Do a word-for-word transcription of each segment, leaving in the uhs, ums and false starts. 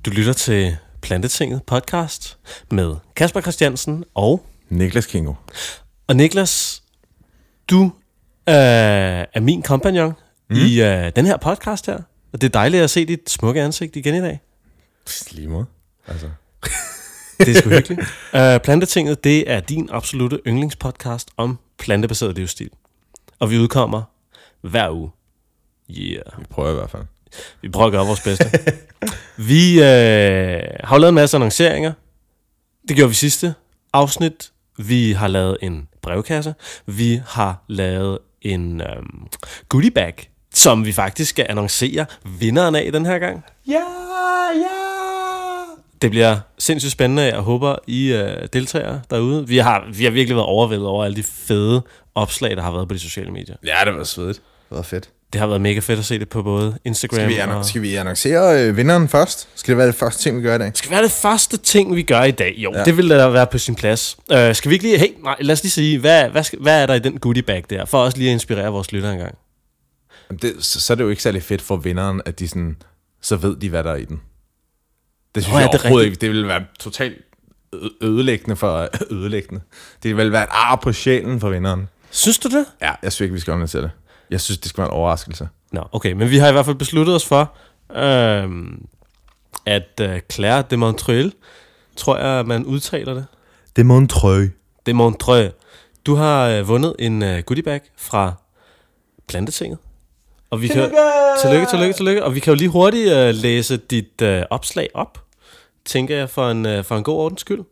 Du lytter til Plantetinget podcast med Kasper Christiansen og Niklas Kingo. Og Niklas, du øh, er min kompagnon mm. i øh, den her podcast her. Og det er dejligt at se dit smukke ansigt igen i dag. Lige måde. Altså. Det er sgu hyggeligt. Uh, Plantetinget, det er din absolutte yndlingspodcast om plantebaseret livsstil. Og vi udkommer hver uge. Yeah. Vi prøver i hvert fald. Vi prøver at gøre vores bedste. Vi øh, har jo lavet en masse annonceringer. Det gjorde vi sidste afsnit. Vi har lavet en brevkasse. Vi har lavet en øhm, goodie bag, som vi faktisk skal annoncere vinderen af den her gang. Ja, ja! Det bliver sindssygt spændende. Jeg håber, I øh, deltager derude. Vi har, vi har virkelig været overvældet over alle de fede opslag, der har været på de sociale medier. Ja, det var svedigt. Det var fedt. Det har været mega fedt at se det på både Instagram skal vi annon- og... Skal vi annoncere øh, vinderen først? Skal det være det første ting, vi gør i dag? Skal det være det første ting, vi gør i dag? Jo, ja. Det vil da være på sin plads. Uh, skal vi ikke lige... Hey, nej, lad os lige sige, hvad, hvad, skal, hvad er der i den goodie bag der? For også lige at inspirere vores lytter engang. Det, så, så er det jo ikke særlig fedt for vinderen, at de sådan... Så ved de, hvad der er i den. Det synes Nå, jeg ja, det overhovedet ikke. Det ville være totalt ødelæggende for... Ødelæggende. Det ville være et ar på sjælen for vinderen. Synes du det? Ja, jeg synes ikke, vi skal annoncere det. Jeg synes, det skal være en overraskelse. Nå, okay. Men vi har i hvert fald besluttet os for, øh, at uh, Claire de Montreuil, tror jeg, man udtaler det. De Montreuil. De Montreuil. Du har uh, vundet en uh, goodie bag fra Plantetinget. Og vi kan, tillykke, tillykke, tillykke. Og vi kan jo lige hurtigt uh, læse dit uh, opslag op, tænker jeg, for en, uh, for en god ordens skyld.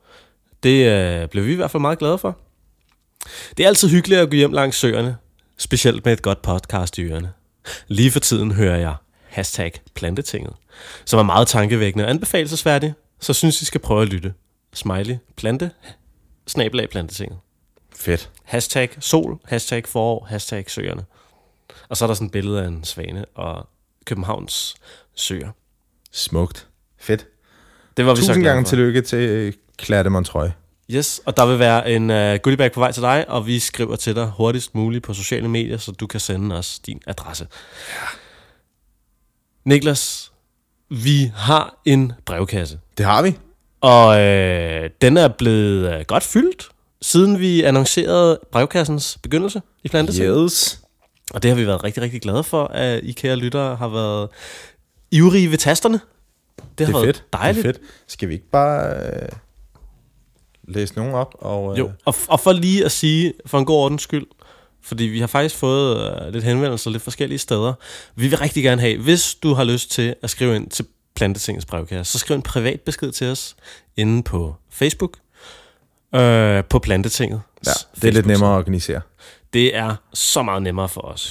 Det uh, blev vi i hvert fald meget glade for. Det er altid hyggeligt at gå hjem langs søerne, specielt med et godt podcast i ørerne. Lige for tiden hører jeg hashtag Plantetinget, som er meget tankevækkende og anbefalelsesværdig, så synes I skal prøve at lytte. Smiley, plante, snabelag Plantetinget. Fedt. Hashtag sol, hashtag forår, hashtag søerne. Og så er der sådan et billede af en svane og Københavns søer. Smukt. Fedt. Det var vi Tusind så glade gange for. tillykke til Claire de Montreuil. Yes, og der vil være en uh, goodie bag på vej til dig, og vi skriver til dig hurtigst muligt på sociale medier, så du kan sende os din adresse. Ja. Niklas, vi har en brevkasse. Det har vi. Og øh, den er blevet øh, godt fyldt, siden vi annoncerede brevkassens begyndelse i Plantetinget. Yes. Og det har vi været rigtig, rigtig glade for, at I kære lyttere har været ivrige ved tasterne. Det, Det har er været fedt. dejligt. Det er fedt. Skal vi ikke bare øh, læse nogen op? Og, øh... Jo, og, og for lige at sige, for en god ordens skyld, fordi vi har faktisk fået øh, lidt henvendelser lidt forskellige steder. Vi vil rigtig gerne have, hvis du har lyst til at skrive ind til Plantetingets brevkasse, så skriv en privat besked til os inde på Facebook, øh, på Plantetinget. Ja, det er lidt nemmere at organisere. Det er så meget nemmere for os.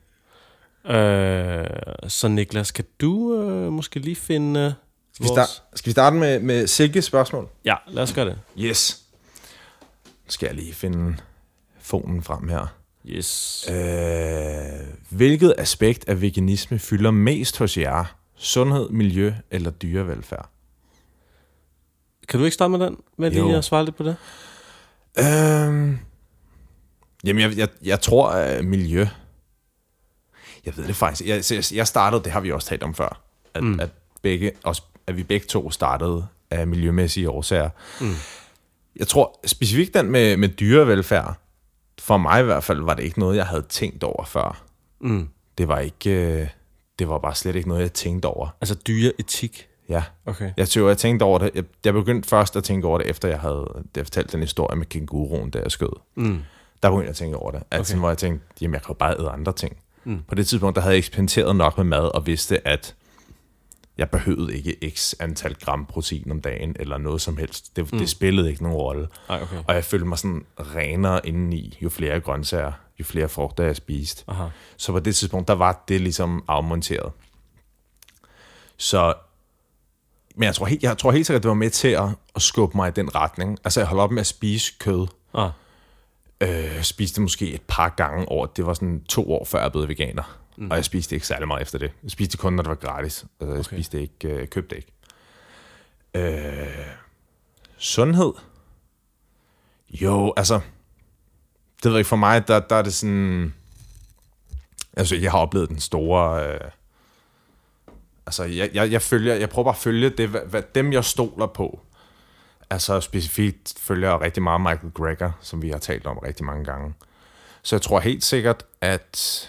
øh, så Niklas, kan du øh, måske lige finde... Øh, skal, vi starte, skal vi starte med, med Silkes spørgsmål? Ja, lad os gøre det. Yes. Nu skal jeg lige finde fonen frem her. Yes. Øh, hvilket aspekt af veganisme fylder mest hos jer? Sundhed, miljø eller dyrevelfærd? Kan du ikke starte med den? Med lige at svare lidt på det? Øhm, jamen, jeg, jeg, jeg tror, at miljø... Jeg ved det faktisk. Jeg, jeg startede, det har vi også talt om før, at, mm. at, begge, også, at vi begge to startede af miljømæssige årsager. Mm. Jeg tror specifikt den med, med dyrevelfærd, for mig i hvert fald, var det ikke noget, jeg havde tænkt over før. Mm. Det var ikke... Det var bare slet ikke noget, jeg tænkte over. Altså dyreetik? Ja. Okay. Jeg tror, jeg tænkte over det. Jeg, jeg begyndte først at tænke over det, efter jeg havde jeg fortalt den historie med kænguruen, da jeg skød. Mm. Der begyndte jeg at tænke over det. Altså, okay. Hvor jeg tænkte, jamen jeg kan jo bare æde andre ting. Mm. På det tidspunkt, der havde jeg eksperimenteret nok med mad, og vidste, at jeg behøvede ikke x antal gram protein om dagen, eller noget som helst. Det, mm. det spillede ikke nogen rolle. Ej, okay. Og jeg følte mig sådan renere indeni, jo flere grøntsager, jo flere frugter jeg spiste. Aha. Så på det tidspunkt, der var det ligesom afmonteret. Så, men jeg tror, helt, jeg tror helt sikkert, at det var med til at, at skubbe mig i den retning. Altså, jeg holdt op med at spise kød. Ah. Øh, spiste måske et par gange over. Det var sådan to år før jeg blev veganer. Mm. Og jeg spiste ikke særlig meget efter det. Jeg spiste kun, når det var gratis. Altså, jeg okay. spiste ikke, øh, købte ikke. Øh, sundhed? Jo, altså... Det ved jeg ikke, for mig, der, der er det sådan... Altså, jeg har oplevet den store... Øh, Altså, jeg, jeg, jeg, følger, jeg prøver bare at følge det, hvad, hvad dem, jeg stoler på. Altså, specifikt følger jeg rigtig meget Michael Greger, som vi har talt om rigtig mange gange. Så jeg tror helt sikkert, at...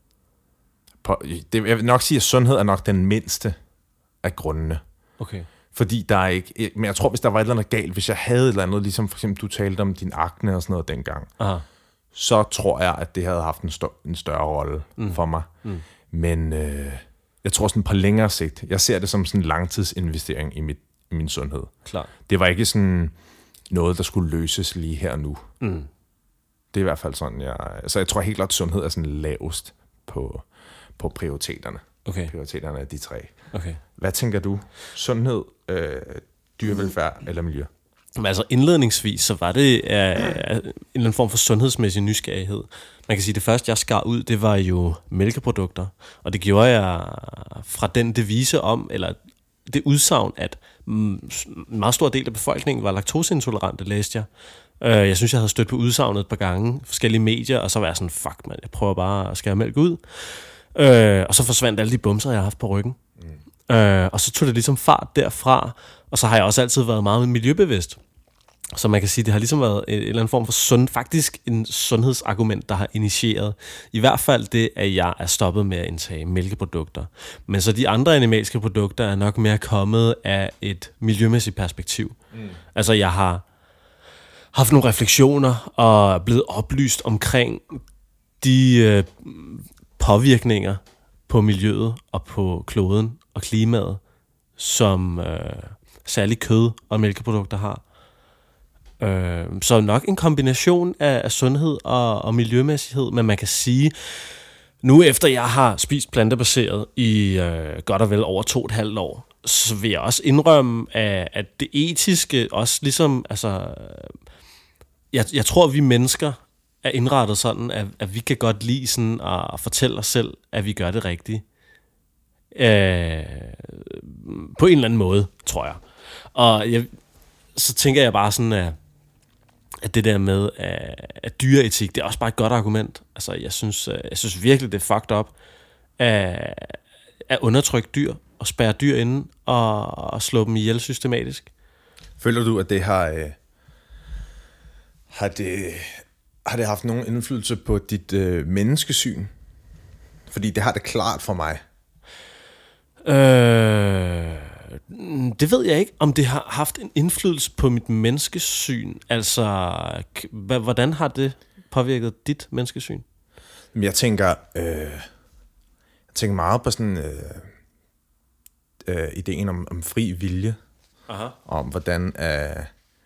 På, det, jeg vil nok sige, at sundhed er nok den mindste af grundene. Okay. Fordi der er ikke... Men jeg tror, hvis der var et eller andet galt, hvis jeg havde et eller andet, ligesom for eksempel, du talte om din akne og sådan noget dengang, Aha. så tror jeg, at det havde haft en, stør, en større rolle mm. for mig. Mm. Men øh, jeg tror sådan på længere sigt, jeg ser det som sådan en langtidsinvestering i, mit, i min sundhed. Klar. Det var ikke sådan noget, der skulle løses lige her og nu. Mm. Det er i hvert fald sådan, jeg... Så jeg tror helt klart, at sundhed er sådan lavest på, på prioriteterne. Okay. Prioriteterne er de tre. Okay. Hvad tænker du? Sundhed, øh, dyrevelfærd mm. eller miljø? Men altså indledningsvis, så var det uh, en eller anden form for sundhedsmæssig nysgerrighed. Man kan sige, at det første, jeg skar ud, det var jo mælkeprodukter. Og det gjorde jeg fra den devise om, eller det udsagn, at en meget stor del af befolkningen var laktoseintolerante, læste jeg. Uh, jeg synes, jeg havde stødt på udsagnet et par gange, forskellige medier, og så var jeg sådan, fuck man, jeg prøver bare at skære mælk ud. Uh, og så forsvandt alle de bumser, jeg har haft på ryggen. Mm. Uh, og så tog det ligesom fart derfra, og så har jeg også altid været meget miljøbevidst. Så man kan sige, det har ligesom været en eller anden form for sund, faktisk en sundhedsargument, der har initieret. I hvert fald det, at jeg er stoppet med at indtage mælkeprodukter. Men så de andre animalske produkter er nok mere kommet af et miljømæssigt perspektiv. Mm. Altså jeg har haft nogle refleksioner og er blevet oplyst omkring de øh, påvirkninger på miljøet og på kloden og klimaet, som øh, særligt kød og mælkeprodukter har. Øh, så nok en kombination af, af sundhed og, og miljømæssighed, men man kan sige, nu efter jeg har spist plantebaseret i øh, godt og vel over to og et halvt år, så vil jeg også indrømme, at, at det etiske også ligesom, altså, jeg, jeg tror, at vi mennesker er indrettet sådan, at, at vi kan godt lide sådan at fortælle os selv, at vi gør det rigtigt. Øh, på en eller anden måde, tror jeg. Og jeg, så tænker jeg bare sådan, at, at det der med at, at dyreetik, det er også bare et godt argument. Altså, jeg synes, jeg synes virkelig, det er fucked up at, at undertrykke dyr og spærre dyr inde og, og slå dem ihjel systematisk. Føler du, at det har, øh, har det har det haft nogen indflydelse på dit øh, menneskesyn? Fordi det har det klart for mig. Øh, det ved jeg ikke, om det har haft en indflydelse på mit menneskesyn. Altså, k- hvordan har det påvirket dit menneskesyn? Jeg tænker, øh, jeg tænker meget på sådan øh, øh, ideen om, om fri vilje. Aha. Om hvordan øh,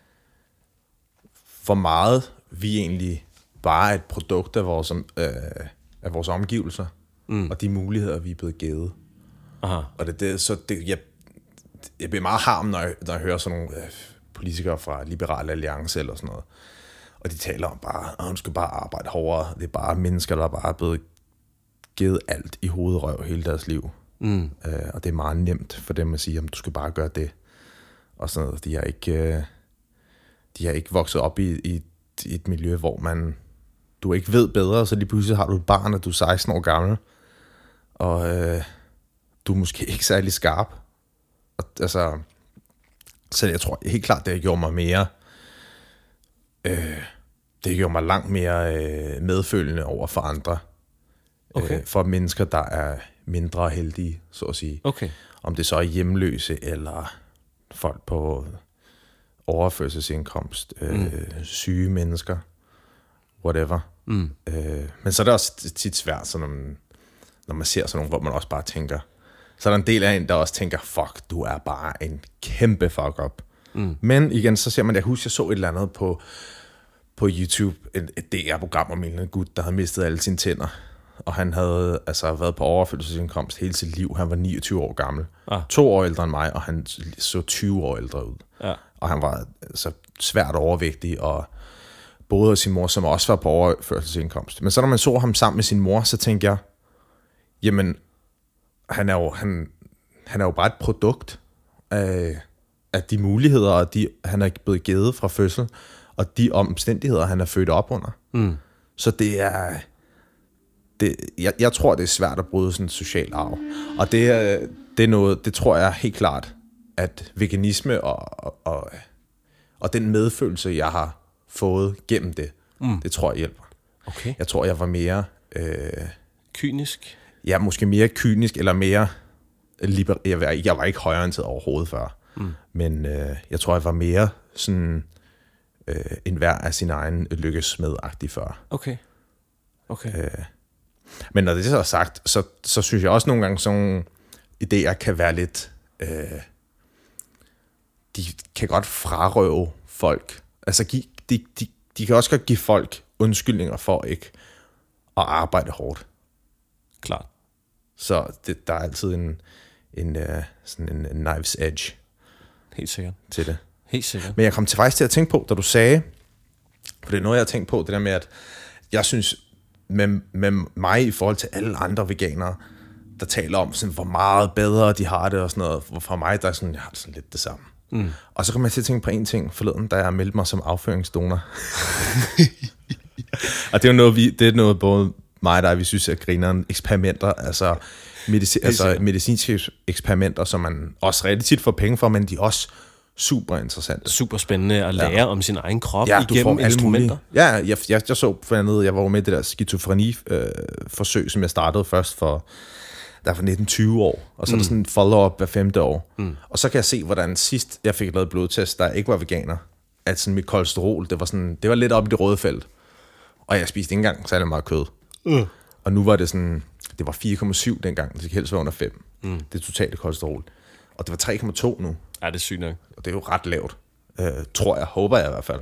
hvor meget vi egentlig bare er et produkt af vores, øh, af vores omgivelser mm. og de muligheder, vi er blevet givet. Aha. Og det, det, så det, jeg, jeg bliver meget harm, når jeg, når jeg hører sådan nogle øh, politikere fra Liberal Alliance eller sådan noget. Og de taler om bare, at hun skal bare arbejde hårdere. Det er bare mennesker, der bare er blevet givet alt i hovedrøv hele deres liv. Mm. Øh, og det er meget nemt for dem at sige, at du skal bare gøre det. Og sådan noget. De har ikke, øh, de har ikke vokset op i, i, i et miljø, hvor man du ikke ved bedre, så lige pludselig har du et barn, og du er seksten år gammel. Og øh, du er måske ikke særlig skarp. Og, altså, så jeg tror helt klart, det har gjort mig mere... Øh, det gjorde mig langt mere øh, medfølende over for andre. Okay. Øh, for mennesker, der er mindre heldige, så at sige. Okay. Om det så er hjemløse, eller folk på overførselsindkomst, øh, mm. syge mennesker, whatever. Mm. Øh, men så er det også tit svært, så når, man, når man ser sådan nogle, hvor man også bare tænker, så er der en del af en, der også tænker, fuck, du er bare en kæmpe fuck up. Mm. Men igen, så ser man, jeg husker, jeg så et eller andet på, på YouTube, et, et D R-program om en gut, der havde mistet alle sine tænder. Og han havde altså været på overførselsindkomst hele sit liv. Han var niogtyve år gammel. Ah. To år ældre end mig, og han så tyve år ældre ud. Ja. Og han var altså svært overvægtig, og boede hos sin mor, som også var på overførselsindkomst. Men så når man så ham sammen med sin mor, så tænkte jeg, jamen, han er jo, han, han er jo bare et produkt af, af de muligheder, og de, han er blevet givet fra fødsel, og de omstændigheder, han er født op under. Mm. Så det er... Det, jeg, jeg tror, det er svært at bryde sådan en social arv. Og det, det er noget, det tror jeg helt klart, at veganisme og, og, og, og den medfølelse, jeg har fået gennem det, mm. det tror jeg hjælper. Okay. Jeg tror, jeg var mere... Øh, kynisk? Ja, måske mere kynisk, eller mere... Liber- jeg, var, jeg var ikke højreorienteret overhovedet før. Mm. Men øh, jeg tror, jeg var mere sådan... Øh, en hver af sin egen lykkesmed-agtig før. Okay. Okay. Øh, men når det så er sagt, så, så synes jeg også nogle gange, sådan idéer kan være lidt... Øh, de kan godt frarøve folk. Altså, de, de, de, de kan også godt give folk undskyldninger for ikke at arbejde hårdt. Klart. Så det, der er altid en, en, uh, sådan en, en knives edge. Helt sikkert. Til det. Helt sikkert. Men jeg kom til faktisk til at tænke på, da du sagde, for det er noget, jeg har tænkt på, det der med, at jeg synes, med, med mig i forhold til alle andre veganere, der taler om, sådan, hvor meget bedre de har det og sådan noget. For mig, der er sådan, jeg har det sådan lidt det samme. Mm. Og så kom jeg til at tænke på en ting forleden, da jeg meldte mig som afføringsdonor. Og det er noget, vi, det er noget både mig og dig, vi synes, at grineren eksperimenter, altså, medici- altså medicinske eksperimenter, som man også rigtig tit får penge for, men de er også super interessante. Super spændende at lære ja. om sin egen krop ja, igennem instrumenter. Ja, jeg, jeg, jeg så for andet, jeg var med i det der skizofreni-forsøg, øh, som jeg startede først for, der for nitten tyve år, og så mm. er der sådan en follow-up hver femte år. Mm. Og så kan jeg se, hvordan sidst jeg fik lavet blodtest, der ikke var veganer, at sådan mit kolesterol, det var, sådan, det var lidt oppe i det røde felt. Og jeg spiste ikke engang særlig meget kød. Mm. Og nu var det sådan, det var fire komma syv dengang, det skal helst være under fem. Mm. Det totale kolesterol. Og det var tre komma to nu. Ja, det er sygt nok. Og det er jo ret lavt. Øh, tror jeg, håber jeg i hvert fald.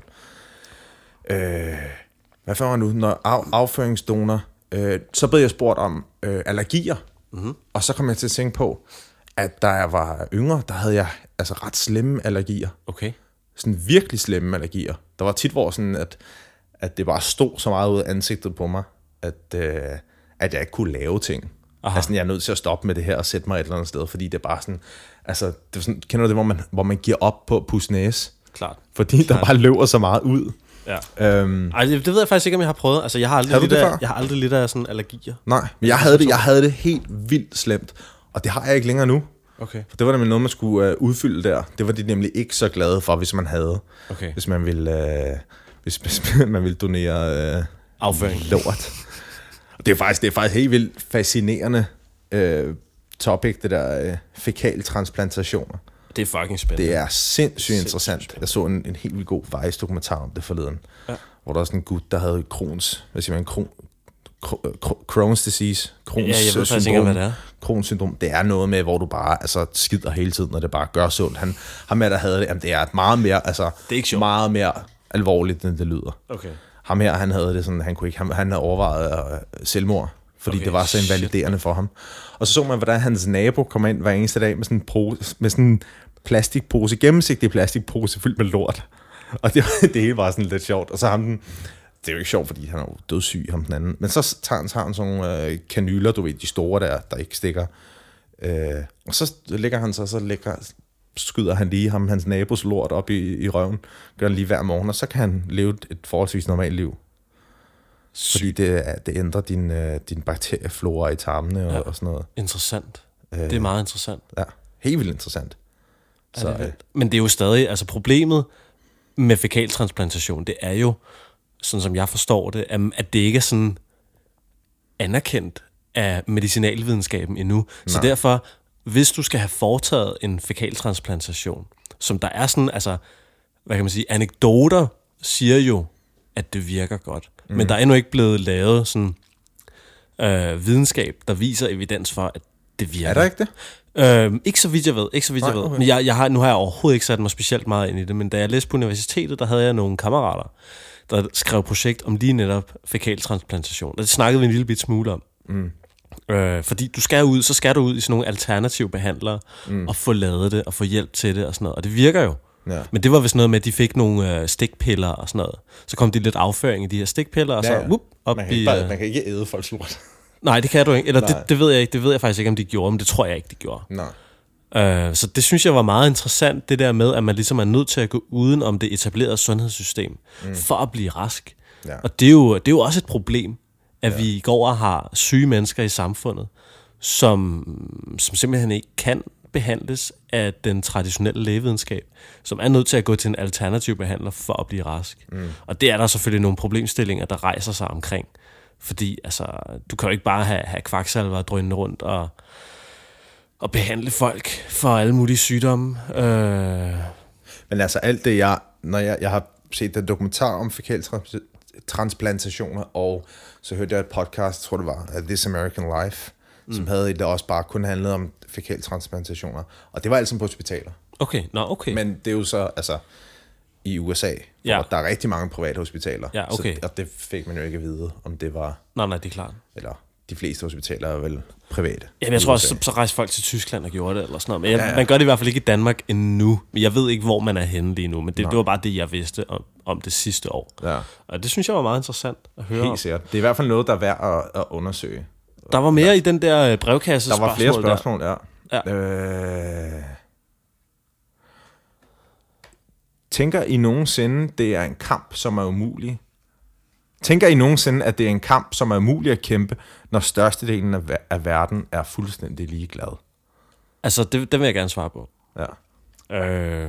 Øh, hvad får jeg nu? Når af, afføringsdonor, øh, så blev jeg spurgt om øh, allergier. Mm-hmm. Og så kom jeg til at tænke på, at da jeg var yngre, der havde jeg altså ret slemme allergier. Okay. Sådan virkelig slemme allergier. Der var tit, hvor sådan, at, at det bare stod så meget ud af ansigtet på mig, at, øh, at jeg ikke kunne lave ting. Aha. Altså, jeg er nødt til at stoppe med det her og sætte mig et eller andet sted, fordi det er bare sådan, altså, det er sådan, kender du det, hvor man, hvor man giver op på at pusse næse? Klart. Fordi Klart. der bare løber så meget ud. Ja. Øhm, Ej, det, det ved jeg faktisk ikke, om jeg har prøvet. Altså, jeg har aldrig, lidt af, jeg har aldrig lidt af sådan allergier. Nej, men jeg havde det, jeg havde det helt vildt slemt, og det har jeg ikke længere nu. Okay. For det var nemlig noget, man skulle uh, udfylde der. Det var de nemlig ikke så glade for, hvis man havde. Okay. Hvis man ville, uh, hvis, hvis man ville donere uh, afføring. Lort. Det er faktisk, det er faktisk helt vildt fascinerende uh, topic, det der uh, fækaltransplantationer. Det er fucking spændende. Det er sindssygt interessant. Spændende. Jeg så en, en helt vildt god Vice-dokumentar om det forleden. Ja. Hvor der var sådan en gut, der havde Crohn's, hvad siger man, Crohn, Crohn's disease, Crohn's ja, jeg ved syndrom, ikke, hvad det er. Crohn's syndrom, det er noget med, hvor du bare altså, skider hele tiden, når det bare gør sundt. Han, ham her, der havde det, jamen, det er meget mere, altså, det er ikke meget mere alvorligt, end det lyder. Okay. Ham her, han havde det sådan, han kunne ikke, han, han havde overvejet uh, selvmord, fordi okay, det var så invaliderende for ham. Og så så man, hvordan hans nabo kom ind hver eneste dag med sådan en pose, med sådan en plastikpose, gennemsigtig plastikpose fyldt med lort. Og det, det hele var sådan lidt sjovt. Og så ham den, det er jo ikke sjovt, fordi han er jo dødssyg, ham den anden. Men så tager han, tager han sådan nogle øh, kanyler, du ved, de store der, der ikke stikker. Øh, og så lægger han sig, så lægger, skyder han lige ham, hans nabos lort op i, i røven. Gør det lige hver morgen, og så kan han leve et, et forholdsvis normalt liv. Syg. Fordi det, det ændrer din, øh, din bakterieflora i tarmene og, ja. og sådan noget. Interessant. Øh, det er meget interessant. Ja, helt vildt interessant. Så, det øh, Men det er jo stadig, altså problemet med fækaltransplantation, det er jo, sådan som jeg forstår det, at det ikke er sådan anerkendt af medicinalvidenskaben endnu. Nej. Så derfor, hvis du skal have foretaget en fækaltransplantation, som der er sådan, altså, hvad kan man sige, anekdoter siger jo, at det virker godt. Mm. Men der er endnu ikke blevet lavet sådan øh, videnskab, der viser evidens for, at det virker. Er der ikke det? Øhm, ikke så vidt jeg ved, ikke så vidt Nej, jeg ved. Okay. Men jeg, jeg har, nu har jeg overhovedet ikke sat mig specielt meget ind i det, men da jeg læste på universitetet, der havde jeg nogle kammerater, der skrev et projekt om lige netop fækaltransplantation. Og det snakkede vi en lille bit smule om. Mm. Øh, fordi du skal ud, så skal du ud i sådan nogle alternative behandlere, mm. og få lavet det, og få hjælp til det og sådan noget. Og det virker jo. Ja. Men det var vist noget med, at de fik nogle øh, stikpiller og sådan noget. Så kom de lidt afføring i de her stikpiller, og så ja, ja. Whoop, op man kan, i... Bare, øh... man kan ikke æde folks lort. Nej, det kan du ikke. Eller det, det ved jeg ikke. Det ved jeg faktisk ikke, om de gjorde, men det tror jeg ikke, de gjorde. Nej. Øh, så det synes jeg var meget interessant, det der med, at man ligesom er nødt til at gå uden om det etablerede sundhedssystem, mm. for at blive rask. Ja. Og det er, jo, det er jo også et problem, at ja. vi går og har syge mennesker i samfundet, som, som simpelthen ikke kan behandles af den traditionelle lægevidenskab, som er nødt til at gå til en alternativ behandler for at blive rask. Mm. Og det er der selvfølgelig nogle problemstillinger, der rejser sig omkring. Fordi altså, du kan jo ikke bare have, have kvaksalver og drønende rundt og, og behandle folk for alle mulige sygdomme. Øh. Men altså alt det, jeg, når jeg, jeg har set den dokumentar om fækaltransplantationer, og så hørte jeg et podcast, tror det var, This American Life, mm. som havde det også bare kun handlet om fækaltransplantationer. Og det var altså på hospitaler. Okay, nå okay. Men det er jo så, altså, i U S A, hvor ja. der er rigtig mange private hospitaler. Ja, okay. Så, og det fik man jo ikke at vide, om det var... Nej, nej, det er klart. Eller de fleste hospitaler er vel private. Jamen, jeg tror også, så, så rejste folk til Tyskland og gjorde det, eller sådan noget. Men jeg, ja, ja. man gør det i hvert fald ikke i Danmark endnu. Men jeg ved ikke, hvor man er henne lige nu. Men det, det var bare det, jeg vidste om, om det sidste år. Ja. Og det synes jeg var meget interessant at høre. Helt sikkert. Det er i hvert fald noget, der er værd at, at undersøge. Der var mere ja. i den der brevkasse spørgsmål. Der var flere spørgsmål, der. ja. ja. Øh... Tænker I nogensinde, det er en kamp, som er umulig? Tænker I nogensinde, at det er en kamp, som er umulig at kæmpe, når størstedelen af, af verden er fuldstændig ligeglad? Altså, det, det vil jeg gerne svare på. Ja. Øh,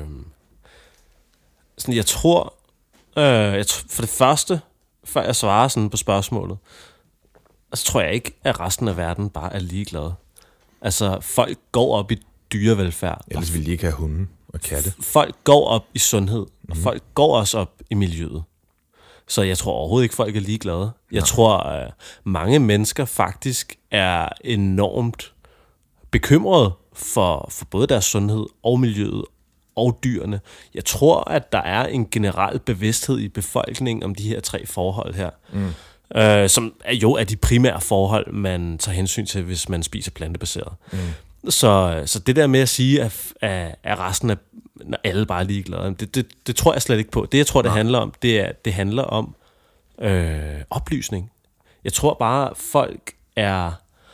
sådan, jeg tror, øh, jeg tror, for det første, før jeg svarer sådan på spørgsmålet, så tror jeg ikke, at resten af verden bare er ligeglade. Altså, folk går op i dyrevelfærd. Ellers vil de ikke have hunde og katte. Folk går op i sundhed, mm-hmm. og folk går også op i miljøet. Så jeg tror overhovedet ikke, folk er ligeglade. Jeg ja. tror, at mange mennesker faktisk er enormt bekymrede for, for både deres sundhed og miljøet og dyrene. Jeg tror, at der er en generel bevidsthed i befolkningen om de her tre forhold her. Mm. Øh, som er jo er de primære forhold, man tager hensyn til, hvis man spiser plantebaseret. Mm. Så, så det der med at sige, at, at, at resten af når alle bare er ligeglade, det, det, det tror jeg slet ikke på. Det jeg tror, det ja. handler om, det, er, det handler om øh, oplysning. Jeg tror bare, at folk er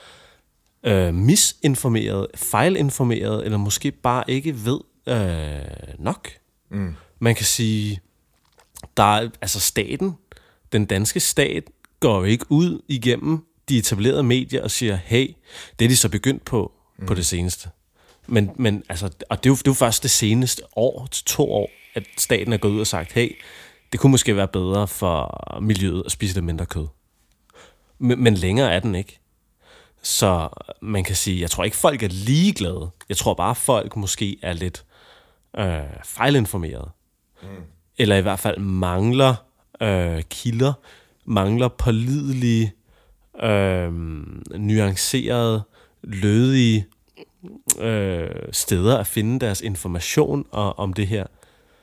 øh, misinformeret, fejlinformeret, eller måske bare ikke ved øh, nok. Mm. Man kan sige, der er, altså staten, den danske stat, går jo ikke ud igennem de etablerede medier og siger, hey, det er de så begyndt på, mm. på det seneste. Men, men altså, og det er, jo, det er jo først det seneste år til to år, at staten er gået ud og sagt, hey, det kunne måske være bedre for miljøet at spise lidt mindre kød. Men, men længere er den ikke. Så man kan sige, jeg tror ikke, folk er ligeglade. Jeg tror bare, folk måske er lidt øh, fejlinformerede. Mm. Eller i hvert fald mangler øh, kilder, mangler pålidelige, øh, nuancerede, lødige øh, steder at finde deres information og, om det her.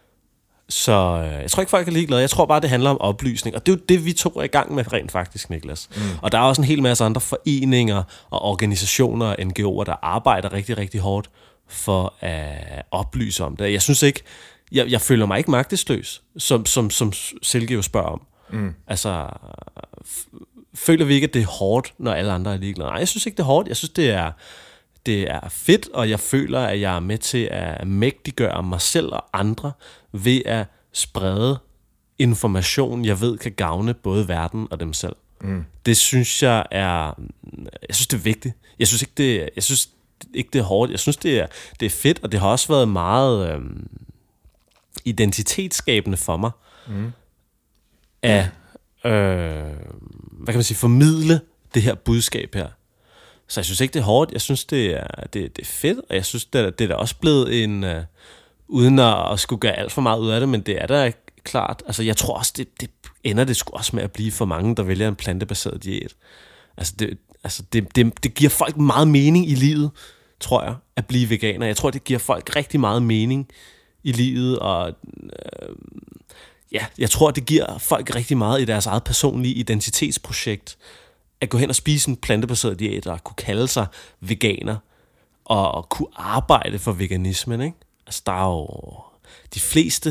Så øh, jeg tror ikke, folk er ligeglade. Jeg tror bare, det handler om oplysning. Og det er jo det, vi to er i gang med rent faktisk, Niklas. Mm. Og der er også en hel masse andre foreninger og organisationer og N G O'er, der arbejder rigtig, rigtig hårdt for at oplyse om det. Jeg synes ikke, jeg, jeg føler mig ikke magtesløs, som, som, som Silke jo spørger om. Mm. Altså, f- føler vi ikke, at det er hårdt, når alle andre er ligeglade? Nej, jeg synes ikke, det er hårdt. Jeg synes, det er, det er fedt, og jeg føler, at jeg er med til at mægtiggøre mig selv og andre ved at sprede information, jeg ved kan gavne både verden og dem selv. Mm. Det synes jeg er, jeg synes, det er vigtigt. Jeg synes ikke, det, jeg synes ikke, det er hårdt. Jeg synes, det er, det er fedt, og det har også været meget øhm, identitetsskabende for mig. Mm. At øh, hvad kan man sige, formidle det her budskab her. Så jeg synes ikke, det er hårdt. Jeg synes, det er, det, det er fedt, og jeg synes, det er, det er da også blevet en, uh, uden at, at skulle gøre alt for meget ud af det, men det er da klart. Altså, jeg tror også, det, det ender det sgu også med at blive for mange, der vælger en plantebaseret diæt. Altså, det, altså det, det, det giver folk meget mening i livet, tror jeg, at blive veganer. Jeg tror, det giver folk rigtig meget mening i livet, og øh, ja, jeg tror, det giver folk rigtig meget i deres eget personlige identitetsprojekt, at gå hen og spise en plantebaseret diæt, og kunne kalde sig veganer, og, og kunne arbejde for veganismen, ikke? Altså, der er jo de fleste,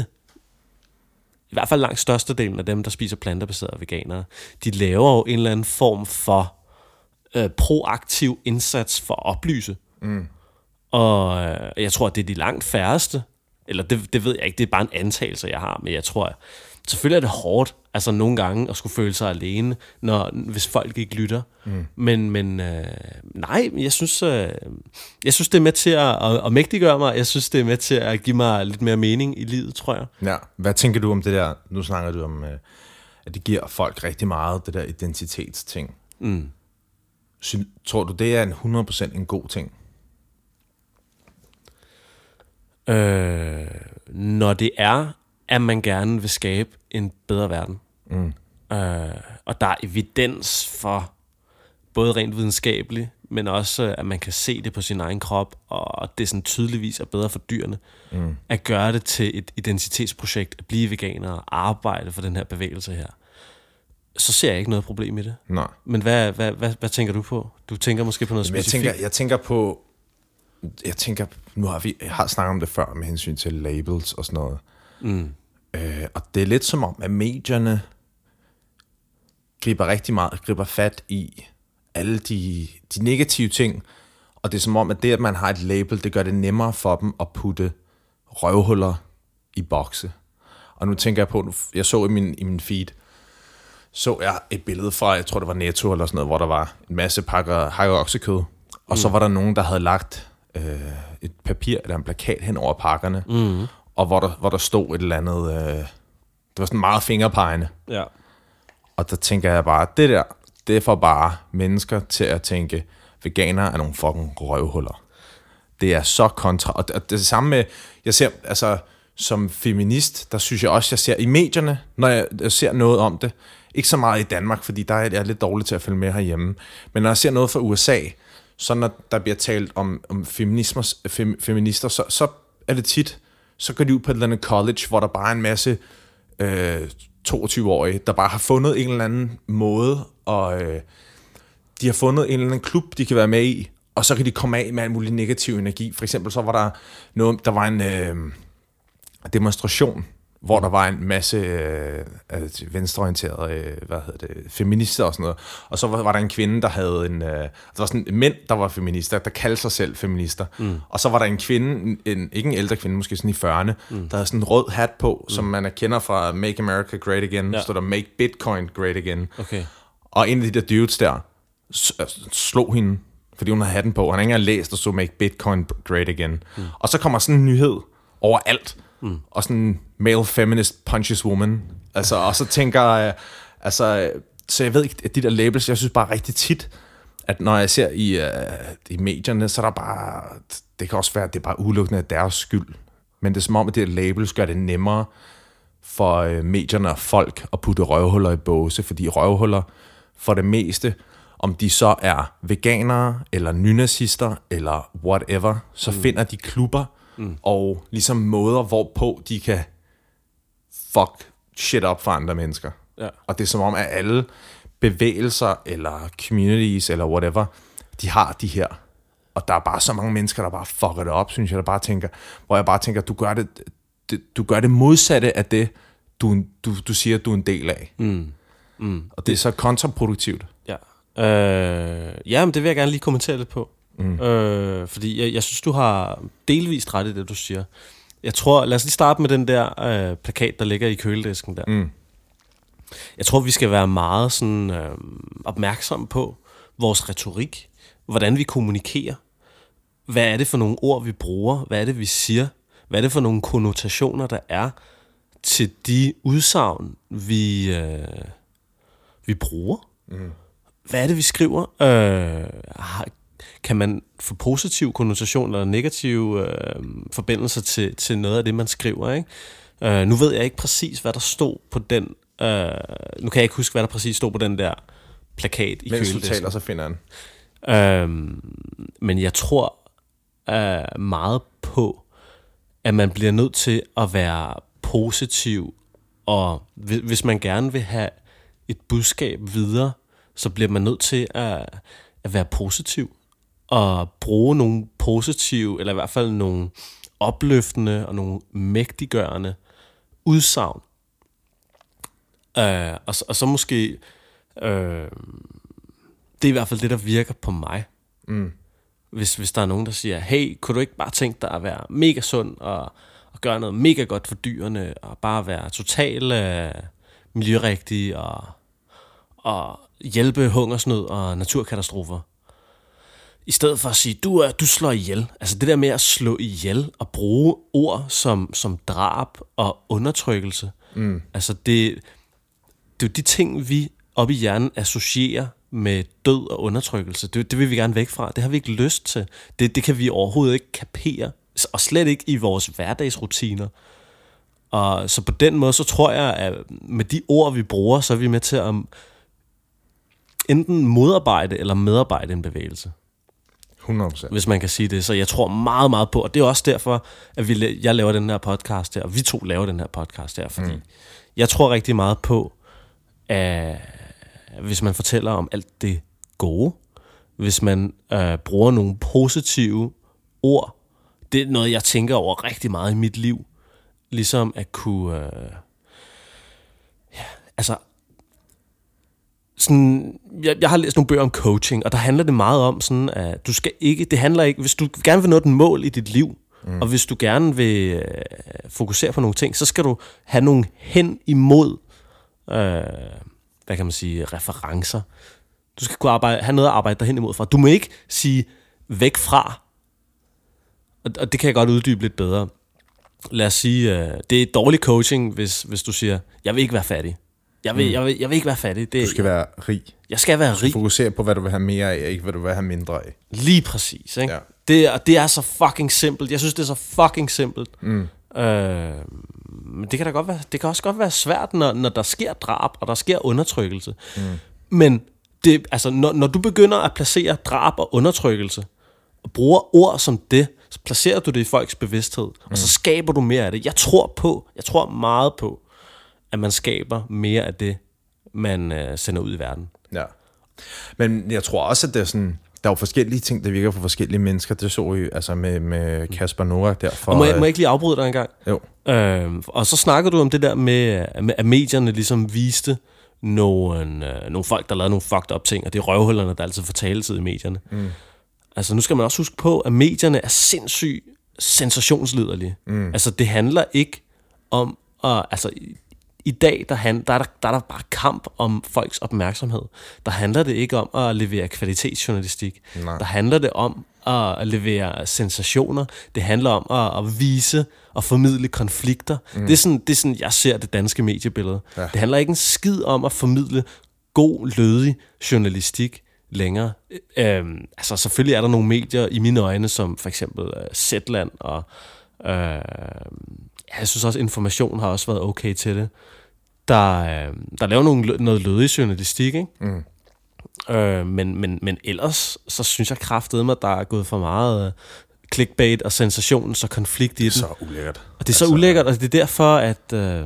i hvert fald langt størstedelen af dem, der spiser plantebaserede veganere, de laver jo en eller anden form for øh, proaktiv indsats for at oplyse. Mm. Og øh, jeg tror, at det er de langt færreste, eller det, det ved jeg ikke, det er bare en antagelse, jeg har, men jeg tror, Selvfølgelig er det hårdt, altså nogle gange, at skulle føle sig alene, når, hvis folk ikke lytter. Mm. Men, men øh, nej, jeg synes, øh, jeg synes, det er med til at, at, at mægtiggøre mig. Jeg synes, det er med til at give mig lidt mere mening i livet, tror jeg. Ja, hvad tænker du om det der? Nu snakker du om, øh, at det giver folk rigtig meget, det der identitetsting. Mm. Så, tror du, det er en hundrede procent en god ting? Øh, når det er, at man gerne vil skabe en bedre verden. Mm. Øh, og der er evidens for, både rent videnskabeligt, men også, at man kan se det på sin egen krop, og det sådan tydeligvis er bedre for dyrene, mm. at gøre det til et identitetsprojekt, at blive veganer og arbejde for den her bevægelse her. Så ser jeg ikke noget problem i det. Nej. Men hvad, hvad, hvad, hvad tænker du på? Du tænker måske på noget Jamen, specifikt? Jeg tænker, jeg tænker på... Jeg tænker... Nu har vi... Jeg har snakket om det før med hensyn til labels og sådan noget. Mm. Øh, og det er lidt som om, at medierne griber rigtig meget, griber fat i alle de, de negative ting. Og det er som om, at det, at man har et label, det gør det nemmere for dem at putte røvhuller i bokse. Og nu tænker jeg på... Jeg så i min, i min feed... så jeg et billede fra, jeg tror det var Netto eller sådan noget, hvor der var en masse pakker hakket oksekød, og mm. så var der nogen, der havde lagt øh, et papir eller en plakat hen over pakkerne, mm. og hvor der, hvor der stod et eller andet, øh, det var sådan meget fingerpegende. Ja. Og der tænker jeg bare, det der, det får bare mennesker til at tænke, veganere er nogle fucking røvhuller. Det er så kontra, og det, og det er det samme med, jeg ser, altså, som feminist, der synes jeg også, jeg ser i medierne, når jeg, jeg ser noget om det, ikke så meget i Danmark, fordi der er jeg er lidt dårlig til at følge med herhjemme. Men når jeg ser noget fra U S A, så når der bliver talt om, om feminismer, fem, feminister, så, så er det tit, så går de ud på et eller andet college, hvor der bare er en masse øh, toogtyve-årige, der bare har fundet en eller anden måde, og øh, de har fundet en eller anden klub, de kan være med i, og så kan de komme af med al mulig negativ energi. For eksempel så var der noget, der var en øh, demonstration, hvor der var en masse øh, venstreorienterede, øh, hvad hedder det, feminister og sådan noget. Og så var, var der en kvinde, der havde en... Øh, der var sådan en mænd, der var feminister, der kaldte sig selv feminister. Mm. Og så var der en kvinde, en, ikke en ældre kvinde, måske sådan i fyrrerne, mm. der havde sådan en rød hat på, mm. som man kender fra Make America Great Again. Ja. Så stod der Make Bitcoin Great Again. Okay. Og en af de der dudes der slog hende, fordi hun havde hatten på. Han havde ikke engang læst og så Make Bitcoin Great Again. Mm. Og så kommer sådan en nyhed overalt. Mm. Og sådan male feminist punches woman. Altså, og så tænker jeg, altså, så jeg ved ikke, at de der labels, jeg synes bare rigtig tit, at når jeg ser i, uh, i medierne, så er der bare, det kan også være, at det er bare udelukkende af deres skyld. Men det er som om, at det labels gør det nemmere for uh, medierne og folk at putte røvhuller i båse, fordi røvhuller for det meste, om de så er veganere, eller nynazister, eller whatever, så mm. finder de klubber, Mm. og ligesom måder, hvorpå de kan fuck shit op for andre mennesker. Ja. Og det er som om, at alle bevægelser, eller communities, eller whatever, de har de her. Og der er bare så mange mennesker, der bare fucker det op, synes jeg, der bare tænker, hvor jeg bare tænker, du gør det, det, du gør det modsatte af det, du, du, du siger, du er en del af. Mm. Mm. Og det er så kontraproduktivt. Ja, øh, ja, men det vil jeg gerne lige kommentere lidt på. Mm. Øh, fordi jeg, jeg synes, du har delvist ret i det, du siger. Jeg tror, lad os lige starte med den der øh, plakat, der ligger i køledisken der. Mm. Jeg tror, vi skal være meget sådan, øh, opmærksomme på vores retorik, hvordan vi kommunikerer. Hvad er det for nogle ord, vi bruger? Hvad er det, vi siger? Hvad er det for nogle konnotationer, der er til de udsagn, vi, øh, vi bruger? Mm. Hvad er det, vi skriver? Øh, kan man få positive konnotationer eller negative øh, forbindelser til, til noget af det, man skriver, ikke? Øh, nu ved jeg ikke præcis, hvad der stod på den... Øh, nu kan jeg ikke huske, hvad der præcis stod på den der plakat i køledisken. Mens du taler, så finder han. Øh, men jeg tror øh, meget på, at man bliver nødt til at være positiv, og hvis man gerne vil have et budskab videre, så bliver man nødt til at, at være positiv, og bruge nogle positive, eller i hvert fald nogle opløftende og nogle mægtiggørende udsagn. Øh, og, og så måske, øh, det er i hvert fald det, der virker på mig. Mm. Hvis, hvis der er nogen, der siger, hey, kunne du ikke bare tænke dig at være mega sund og, og gøre noget mega godt for dyrene, og bare være totalt øh, miljørigtig, og, og hjælpe hungersnød og naturkatastrofer. I stedet for at sige, du, er, du slår ihjel. Altså det der med at slå ihjel og bruge ord som, som drab og undertrykkelse. Mm. Altså det, det er jo de ting, vi oppe i hjernen associerer med død og undertrykkelse. Det, det vil vi gerne væk fra. Det har vi ikke lyst til. Det, det kan vi overhovedet ikke kapere. Og slet ikke i vores hverdagsrutiner. Og så på den måde, så tror jeg, at med de ord, vi bruger, så er vi med til at enten modarbejde eller medarbejde en bevægelse. hundrede procent. Hvis man kan sige det. Så jeg tror meget, meget på, og det er også derfor, at vi, jeg laver den her podcast her, og vi to laver den her podcast her, fordi mm. jeg tror rigtig meget på, at hvis man fortæller om alt det gode, hvis man øh, bruger nogle positive ord, det er noget, jeg tænker over rigtig meget i mit liv, ligesom at kunne, øh, ja, altså, sådan, jeg, jeg har læst nogle bøger om coaching, og der handler det meget om sådan, at du skal ikke, det handler ikke, hvis du gerne vil nå et mål i dit liv, mm. og hvis du gerne vil øh, fokusere på nogle ting, så skal du have nogle hen imod, øh, hvad kan man sige, referencer. Du skal kunne arbejde, have noget at arbejde derhen imod fra. Du må ikke sige væk fra, og, og det kan jeg godt uddybe lidt bedre. Lad os sige, øh, det er dårlig coaching, hvis, hvis du siger, jeg vil ikke være fattig. Jeg vil, mm. jeg vil, jeg vil ikke være fattig. Det, du skal være rig. Jeg skal være rig. Fokusere på, hvad du vil have mere af, ikke hvad du vil have mindre af. Lige præcis. Ikke? Ja. Det, det er så fucking simpelt. Jeg synes, det er så fucking simpelt. Mm. Øh, men det kan da godt være, det kan også godt være svært, når, når der sker drab, og der sker undertrykkelse. Mm. Men det, altså, når, når du begynder at placere drab og undertrykkelse, og bruger ord som det, så placerer du det i folks bevidsthed, mm. og så skaber du mere af det. Jeg tror på, jeg tror meget på, at man skaber mere af det, man øh, sender ud i verden. Ja. Men jeg tror også, at det er sådan, der er jo forskellige ting, der virker for forskellige mennesker. Det så vi altså med, med Kasper Noah derfor. Og må jeg, må jeg ikke lige afbryde dig en gang? Jo. Øh, og så snakkede du om det der med, med at medierne ligesom viste nogle, øh, nogle folk, der lavede nogle fucked up ting, og det er røvhullerne, der altid får taletid i medierne. Mm. Altså nu skal man også huske på, at medierne er sindssygt sensationsliderlige. Mm. Altså det handler ikke om at, altså i dag, der, hand, der, er der, der er der bare kamp om folks opmærksomhed. Der handler det ikke om at levere kvalitetsjournalistik. Nej. Der handler det om at levere sensationer. Det handler om at, at vise og formidle konflikter. Mm. Det, er sådan, det er sådan, jeg ser det danske mediebillede. Ja. Det handler ikke en skid om at formidle god, lødig journalistik længere. Øhm, altså selvfølgelig er der nogle medier i mine øjne, som for eksempel uh, Zetland og øh, jeg synes også, Information har også været okay til det. Der, øh, der laver nogle, noget lødig journalistik, ikke? Mm. Øh, men, men, men ellers, så synes jeg kraftedeme, at der er gået for meget øh, clickbait og sensation, så konflikt i den. Det er så ulækkert. Og det er så altså, ulækkert, og det er derfor, at øh,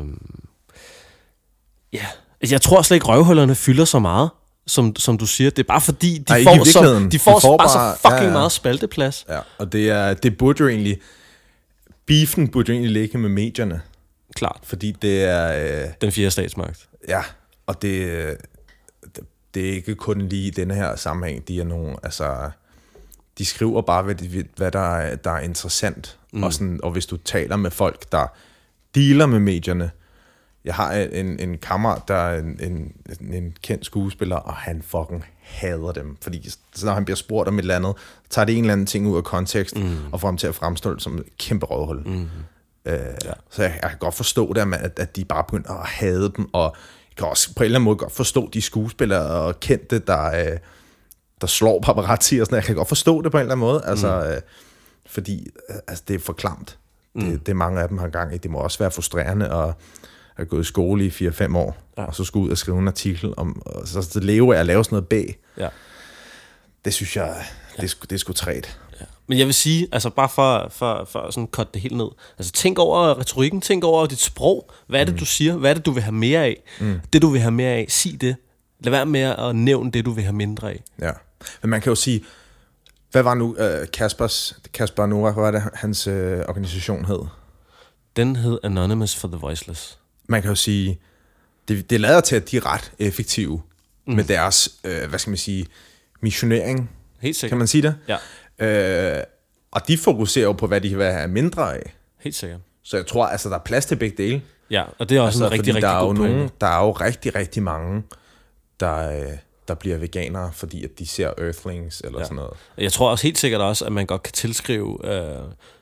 ja, jeg tror slet ikke, røvhullerne fylder så meget, som, som du siger. Det er bare fordi, de Ej, får, så, de får, de får bare, bare så fucking ja, ja. meget spalteplads. Ja, og det, er, det burde jo egentlig... Beefen burde jo egentlig ligge med medierne. Klart. Fordi det er... Øh, den fjerde statsmagt. Ja, og det, det, det er ikke kun lige i denne her sammenhæng. De er nogle, altså... De skriver bare, hvad, de, hvad der, er, der er interessant. Mm. Og, sådan, og hvis du taler med folk, der dealer med medierne... Jeg har en, en kammerat, der er en, en, en kendt skuespiller, og han fucking hader dem. Fordi så når han bliver spurgt om et eller andet, tager det en eller anden ting ud af kontekst, mm. og får ham til at fremstå som et kæmpe røvhul. Mm. Øh, ja. Så jeg, jeg kan godt forstå det, at, at de bare begynder at hade dem, og jeg kan også på en eller anden måde godt forstå de skuespillere og kendte, der, øh, der slår paparazzi og sådan noget. Jeg kan godt forstå det på en eller anden måde, altså, mm. øh, fordi altså, det er for klamt. Mm. Det, det mange af dem har gang i. Det må også være frustrerende, og har gået i skole i fire fem år, ja. Og så skulle ud og skrive en artikel om, og så, så leve af at lave sådan noget bag. Ja. Det synes jeg, det er, ja. det er sgu træt. Ja. Men jeg vil sige, altså bare for, for, for sådan cut det helt ned, altså tænk over retorikken, tænk over dit sprog, hvad er det, mm. du siger, hvad er det, du vil have mere af? Mm. Det, du vil have mere af, sig det. Lad være med at nævne det, du vil have mindre af. Ja, men man kan jo sige, hvad var nu uh, Kaspers, Kasper Noah, hvad var det, hans uh, organisation hed? Den hed Anonymous for the Voiceless. Man kan jo sige, det, det lader til, at de er ret effektive mm. med deres, øh, hvad skal man sige, missionering. Helt sikkert. Kan man sige det? Ja. Øh, og de fokuserer jo på, hvad de vil have mindre af. Helt sikkert. Så jeg tror, altså, der er plads til begge dele. Ja, og det er også altså, en rigtig, rigtig der er god jo pointe. nogen, der er jo rigtig, rigtig mange, der, der bliver veganere, fordi at de ser Earthlings eller ja. sådan noget. Jeg tror også helt sikkert også, at man godt kan tilskrive øh,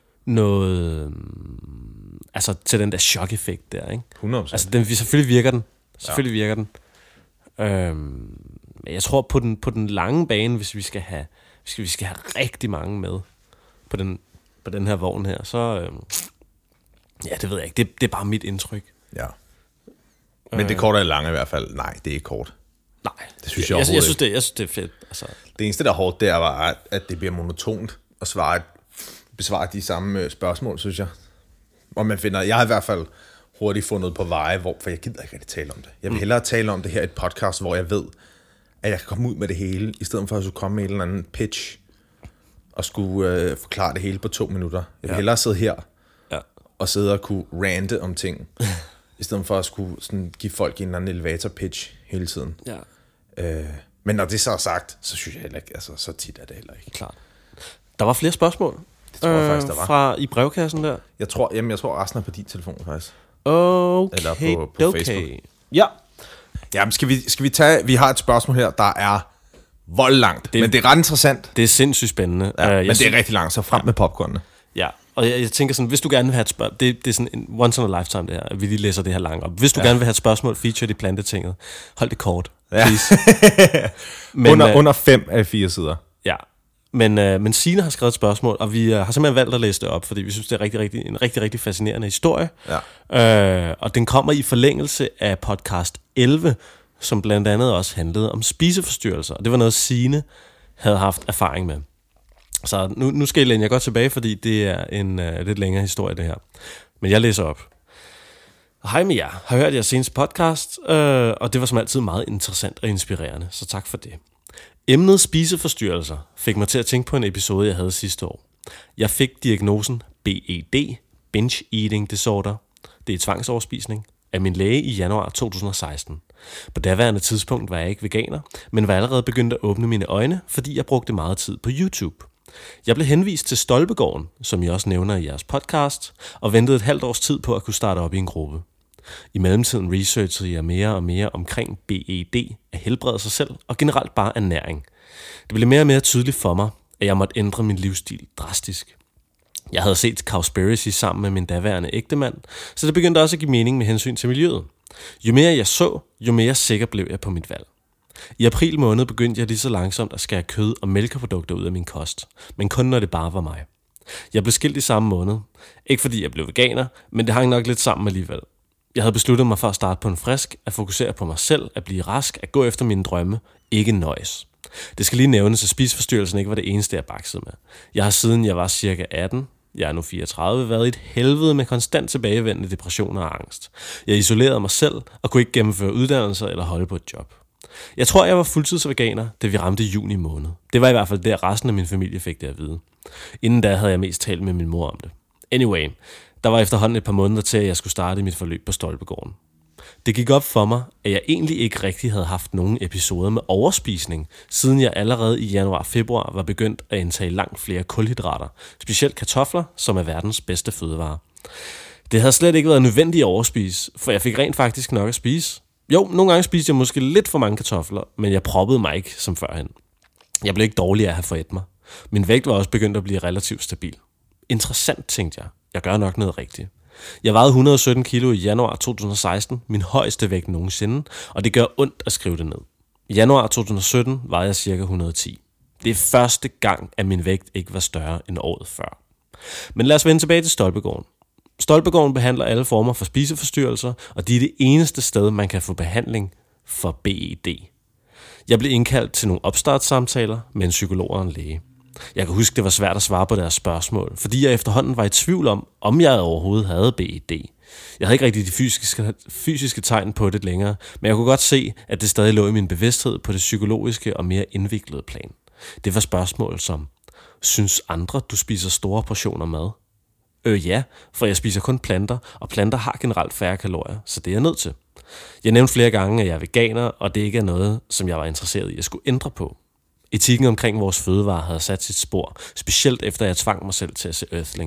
noget, altså til den der chok-effekt der, ikke? hundrede procent. Altså, den, selvfølgelig virker den. Selvfølgelig ja. virker den. Øhm, men jeg tror, på den, på den lange bane, hvis vi skal have, hvis vi skal have rigtig mange med på den, på den her vogn her, så... Øh, ja, det ved jeg ikke. Det, det er bare mit indtryk. Ja. Men det korte er lange i hvert fald. Nej, det er ikke kort. Nej. Det synes jeg, jeg, jeg, jeg, synes, det, jeg synes, det er fedt. Altså. Det eneste, der er hårdt, det er, bare, at det bliver monotont at svare, besvare de samme spørgsmål, synes jeg. Og man finder... Jeg har i hvert fald hurtigt fundet på veje, hvor, for jeg gider ikke rigtig tale om det. Jeg vil hellere tale om det her i et podcast, hvor jeg ved, at jeg kan komme ud med det hele, i stedet for at skulle komme med en eller anden pitch, og skulle øh, forklare det hele på to minutter. Jeg vil ja. hellere sidde her, ja. og sidde og kunne rante om ting, i stedet for at skulle sådan, give folk en eller anden elevator pitch hele tiden. Ja. Øh, men når det så er sagt, så synes jeg heller ikke, altså så tit er det heller ikke. Klart. Der var flere spørgsmål. Det tror jeg øh, faktisk, der var. Fra i brevkassen der. Jeg tror, jamen, jeg tror resten er på din telefon, faktisk. Okay, eller på, på okay. Facebook. Ja. Jamen, skal vi, skal vi tage... Vi har et spørgsmål her, der er voldlangt, det, men det er ret interessant. Det er sindssygt spændende. Ja, uh, men det er synes, rigtig langt, så frem ja. med popcornene. Ja, og jeg, jeg tænker sådan, hvis du gerne vil have et spørgsmål... Det, det er sådan en once in a lifetime, det her, at vi lige læser det her langt op. Hvis du ja. gerne vil have et spørgsmål featured i Plantetinget, hold det kort, please. Ja. men, under, uh, under fem af fire sider. Ja, men, uh, men Signe har skrevet et spørgsmål, og vi uh, har simpelthen valgt at læse det op, fordi vi synes, det er rigtig, rigtig, en rigtig, rigtig fascinerende historie. Ja. Uh, og den kommer i forlængelse af podcast elleve, som blandt andet også handlede om spiseforstyrrelser. Og det var noget, Signe havde haft erfaring med. Så nu, nu skal jeg læne jer godt tilbage, fordi det er en uh, lidt længere historie, det her. Men jeg læser op. Hej med jer. Har hørt jeres seneste podcast, uh, og det var som altid meget interessant og inspirerende, så tak for det. Emnet spiseforstyrrelser fik mig til at tænke på en episode, jeg havde sidste år. Jeg fik diagnosen B E D, Binge Eating Disorder. Det er tvangsoverspisning, af min læge i januar to tusind og seksten. På daværende tidspunkt var jeg ikke veganer, men var allerede begyndt at åbne mine øjne, fordi jeg brugte meget tid på YouTube. Jeg blev henvist til Stolpegården, som I også nævner i jeres podcast, og ventede et halvt års tid på at kunne starte op i en gruppe. I mellemtiden researchede jeg mere og mere omkring B E D, at helbrede sig selv og generelt bare ernæring. Det blev mere og mere tydeligt for mig, at jeg måtte ændre min livsstil drastisk. Jeg havde set Cowspiracy sammen med min daværende ægtemand, så det begyndte også at give mening med hensyn til miljøet. Jo mere jeg så, jo mere sikker blev jeg på mit valg. I april måned begyndte jeg lige så langsomt at skære kød og mælkeprodukter ud af min kost, men kun når det bare var mig. Jeg blev skilt i samme måned. Ikke fordi jeg blev veganer, men det hang nok lidt sammen alligevel. Jeg havde besluttet mig for at starte på en frisk, at fokusere på mig selv, at blive rask, at gå efter mine drømme, ikke nøjes. Det skal lige nævnes, at spiseforstyrrelsen ikke var det eneste, jeg baksede med. Jeg har siden jeg var cirka atten, jeg er nu fireogtredive, været i et helvede med konstant tilbagevendende depressioner og angst. Jeg isolerede mig selv og kunne ikke gennemføre uddannelser eller holde på et job. Jeg tror, jeg var fuldtidsveganer, da vi ramte juni måned. Det var i hvert fald der resten af min familie fik det at vide. Inden da havde jeg mest talt med min mor om det. Anyway, der var efterhånden et par måneder til, at jeg skulle starte mit forløb på Stolpegården. Det gik op for mig, at jeg egentlig ikke rigtig havde haft nogen episoder med overspisning, siden jeg allerede i januar-februar var begyndt at indtage langt flere kulhydrater, specielt kartofler, som er verdens bedste fødevare. Det havde slet ikke været nødvendigt at overspise, for jeg fik rent faktisk nok at spise. Jo, nogle gange spiste jeg måske lidt for mange kartofler, men jeg proppede mig ikke som førhen. Jeg blev ikke dårlig af at have forædt mig. Min vægt var også begyndt at blive relativt stabil. Interessant, tænkte jeg. Jeg gør nok noget rigtigt. Jeg vejede et hundrede og sytten kilo i januar to tusind og seksten, min højeste vægt nogensinde, og det gør ondt at skrive det ned. I januar to tusind og sytten vejede jeg cirka et hundrede og ti. Det er første gang, at min vægt ikke var større end året før. Men lad os vende tilbage til Stolpegården. Stolpegården behandler alle former for spiseforstyrrelser, og de er det eneste sted, man kan få behandling for B E D. Jeg blev indkaldt til nogle opstartssamtaler med en psykolog og en læge. Jeg kan huske, det var svært at svare på deres spørgsmål, fordi jeg efterhånden var i tvivl om, om jeg overhovedet havde B E D. Jeg havde ikke rigtig de fysiske, fysiske tegn på det længere, men jeg kunne godt se, at det stadig lå i min bevidsthed på det psykologiske og mere indviklede plan. Det var spørgsmål som, synes andre, du spiser store portioner mad? Øh ja, for jeg spiser kun planter, og planter har generelt færre kalorier, så det er jeg nødt til. Jeg nævnte flere gange, at jeg er veganer, og det ikke er noget, som jeg var interesseret i at skulle ændre på. Etikken omkring vores fødevarer havde sat sit spor, specielt efter jeg tvang mig selv til at se Earthlings.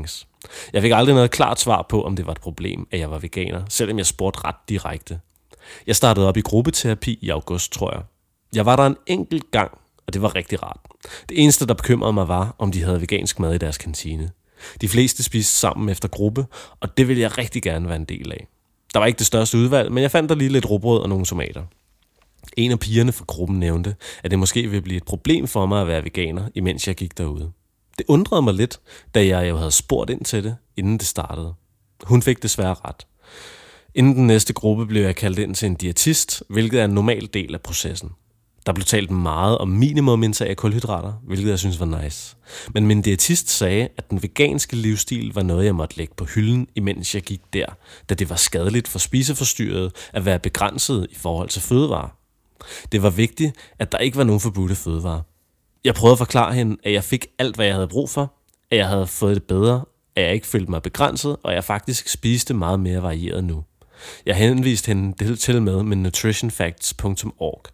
Jeg fik aldrig noget klart svar på, om det var et problem, at jeg var veganer, selvom jeg spurgte ret direkte. Jeg startede op i gruppeterapi i august, tror jeg. Jeg var der en enkelt gang, og det var rigtig rart. Det eneste, der bekymrede mig, var, om de havde vegansk mad i deres kantine. De fleste spiste sammen efter gruppe, og det ville jeg rigtig gerne være en del af. Der var ikke det største udvalg, men jeg fandt der lige lidt rugbrød og nogle tomater. En af pigerne fra gruppen nævnte, at det måske ville blive et problem for mig at være veganer, imens jeg gik derude. Det undrede mig lidt, da jeg jo havde spurgt ind til det, inden det startede. Hun fik desværre ret. Inden den næste gruppe blev jeg kaldt ind til en diætist, hvilket er en normal del af processen. Der blev talt meget om minimumindtag af kulhydrater, hvilket jeg synes var nice. Men min diætist sagde, at den veganske livsstil var noget, jeg måtte lægge på hylden, imens jeg gik der, da det var skadeligt for spiseforstyrrede at være begrænset i forhold til fødevarer. Det var vigtigt, at der ikke var nogen forbudte fødevarer. Jeg prøvede at forklare hende, at jeg fik alt, hvad jeg havde brug for, at jeg havde fået det bedre, at jeg ikke følte mig begrænset, og jeg faktisk spiste meget mere varieret nu. Jeg henviste hende til med med nutrition facts punktum org.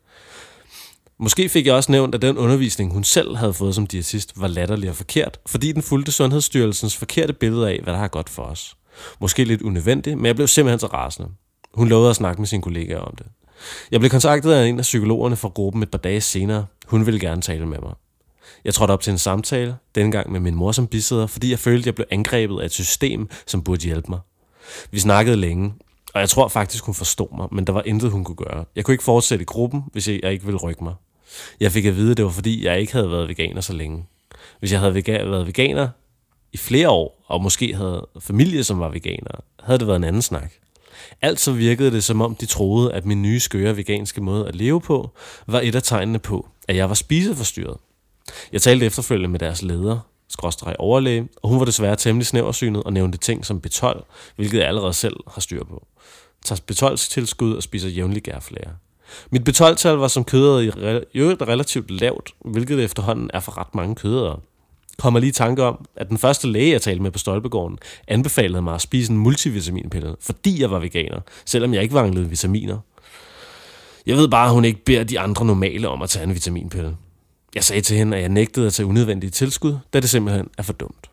Måske fik jeg også nævnt, at den undervisning, hun selv havde fået som diætist, var latterlig og forkert, fordi den fulgte Sundhedsstyrelsens forkerte billede af, hvad der har godt for os. Måske lidt unødvendigt, men jeg blev simpelthen så rasende. Hun lovede at snakke med sine kollegaer om det. Jeg blev kontaktet af en af psykologerne fra gruppen et par dage senere. Hun ville gerne tale med mig. Jeg trådte op til en samtale, denne gang med min mor som bisidder, fordi jeg følte, at jeg blev angrebet af et system, som burde hjælpe mig. Vi snakkede længe, og jeg tror faktisk, hun forstod mig, men der var intet, hun kunne gøre. Jeg kunne ikke fortsætte i gruppen, hvis jeg ikke ville rykke mig. Jeg fik at vide, at det var fordi, jeg ikke havde været veganer så længe. Hvis jeg havde været veganer i flere år, og måske havde familie, som var veganere, havde det været en anden snak. Altså virkede det, som om de troede, at min nye skøre veganske måde at leve på, var et af tegnene på, at jeg var spiseforstyrret. Jeg talte efterfølgende med deres leder, skråstreg overlæge, og hun var desværre temmelig snæversynet og nævnte ting som B tolv, hvilket jeg allerede selv har styr på. Tager B tolv-tilskud og spiser jævnligt gærflager. Mit B tolv-tal var som kødder i øvrigt relativt lavt, hvilket efterhånden er for ret mange kødder. Kommer lige i tanke om, at den første læge, jeg talte med på Stolpegården, anbefalede mig at spise en multivitaminpille, fordi jeg var veganer, selvom jeg ikke manglede vitaminer. Jeg ved bare, at hun ikke beder de andre normale om at tage en vitaminpille. Jeg sagde til hende, at jeg nægtede at tage unødvendige tilskud, da det simpelthen er for dumt.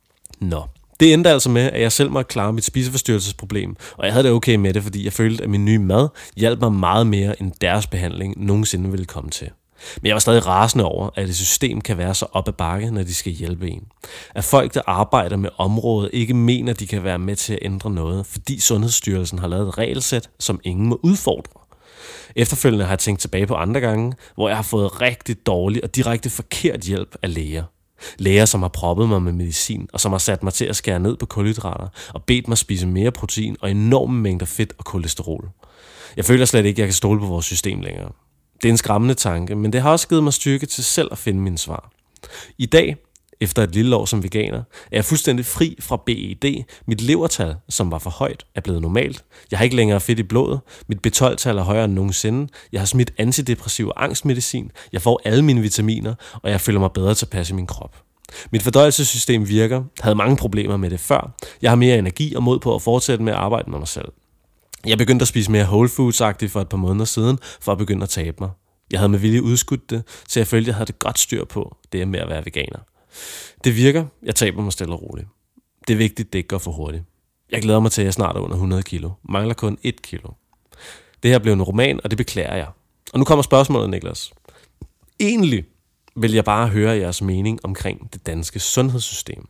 Nå, det endte altså med, at jeg selv måtte klare mit spiseforstyrrelsesproblem, og jeg havde det okay med det, fordi jeg følte, at min nye mad hjalp mig meget mere, end deres behandling nogensinde ville komme til. Men jeg var stadig rasende over, at et system kan være så op ad bakke, når de skal hjælpe en. At folk, der arbejder med området, ikke mener, de kan være med til at ændre noget, fordi Sundhedsstyrelsen har lavet et regelsæt, som ingen må udfordre. Efterfølgende har jeg tænkt tilbage på andre gange, hvor jeg har fået rigtig dårlig og direkte forkert hjælp af læger. Læger, som har proppet mig med medicin, og som har sat mig til at skære ned på kulhydrater, og bedt mig spise mere protein og enorme mængder fedt og kolesterol. Jeg føler slet ikke, at jeg kan stole på vores system længere. Det er en skræmmende tanke, men det har også givet mig styrke til selv at finde mine svar. I dag, efter et lille år som veganer, er jeg fuldstændig fri fra B E D. Mit levertal, som var for højt, er blevet normalt. Jeg har ikke længere fedt i blodet. Mit B tolv-tal er højere end nogensinde. Jeg har smidt antidepressiv og angstmedicin. Jeg får alle mine vitaminer, og jeg føler mig bedre tilpas i min krop. Mit fordøjelsessystem virker. Jeg havde mange problemer med det før. Jeg har mere energi og mod på at fortsætte med at arbejde med mig selv. Jeg begyndte at spise mere whole foods-agtigt for et par måneder siden, for at begynde at tabe mig. Jeg havde med vilje udskudt det, så jeg følte, at jeg havde det godt styr på, det med at være veganer. Det virker. Jeg taber mig stille og roligt. Det er vigtigt, det ikke går for hurtigt. Jeg glæder mig til, at jeg snart er under hundrede kilo. Mangler kun et kilo. Det her blev en roman, og det beklager jeg. Og nu kommer spørgsmålet, Niklas. Egentlig vil jeg bare høre jeres mening omkring det danske sundhedssystem.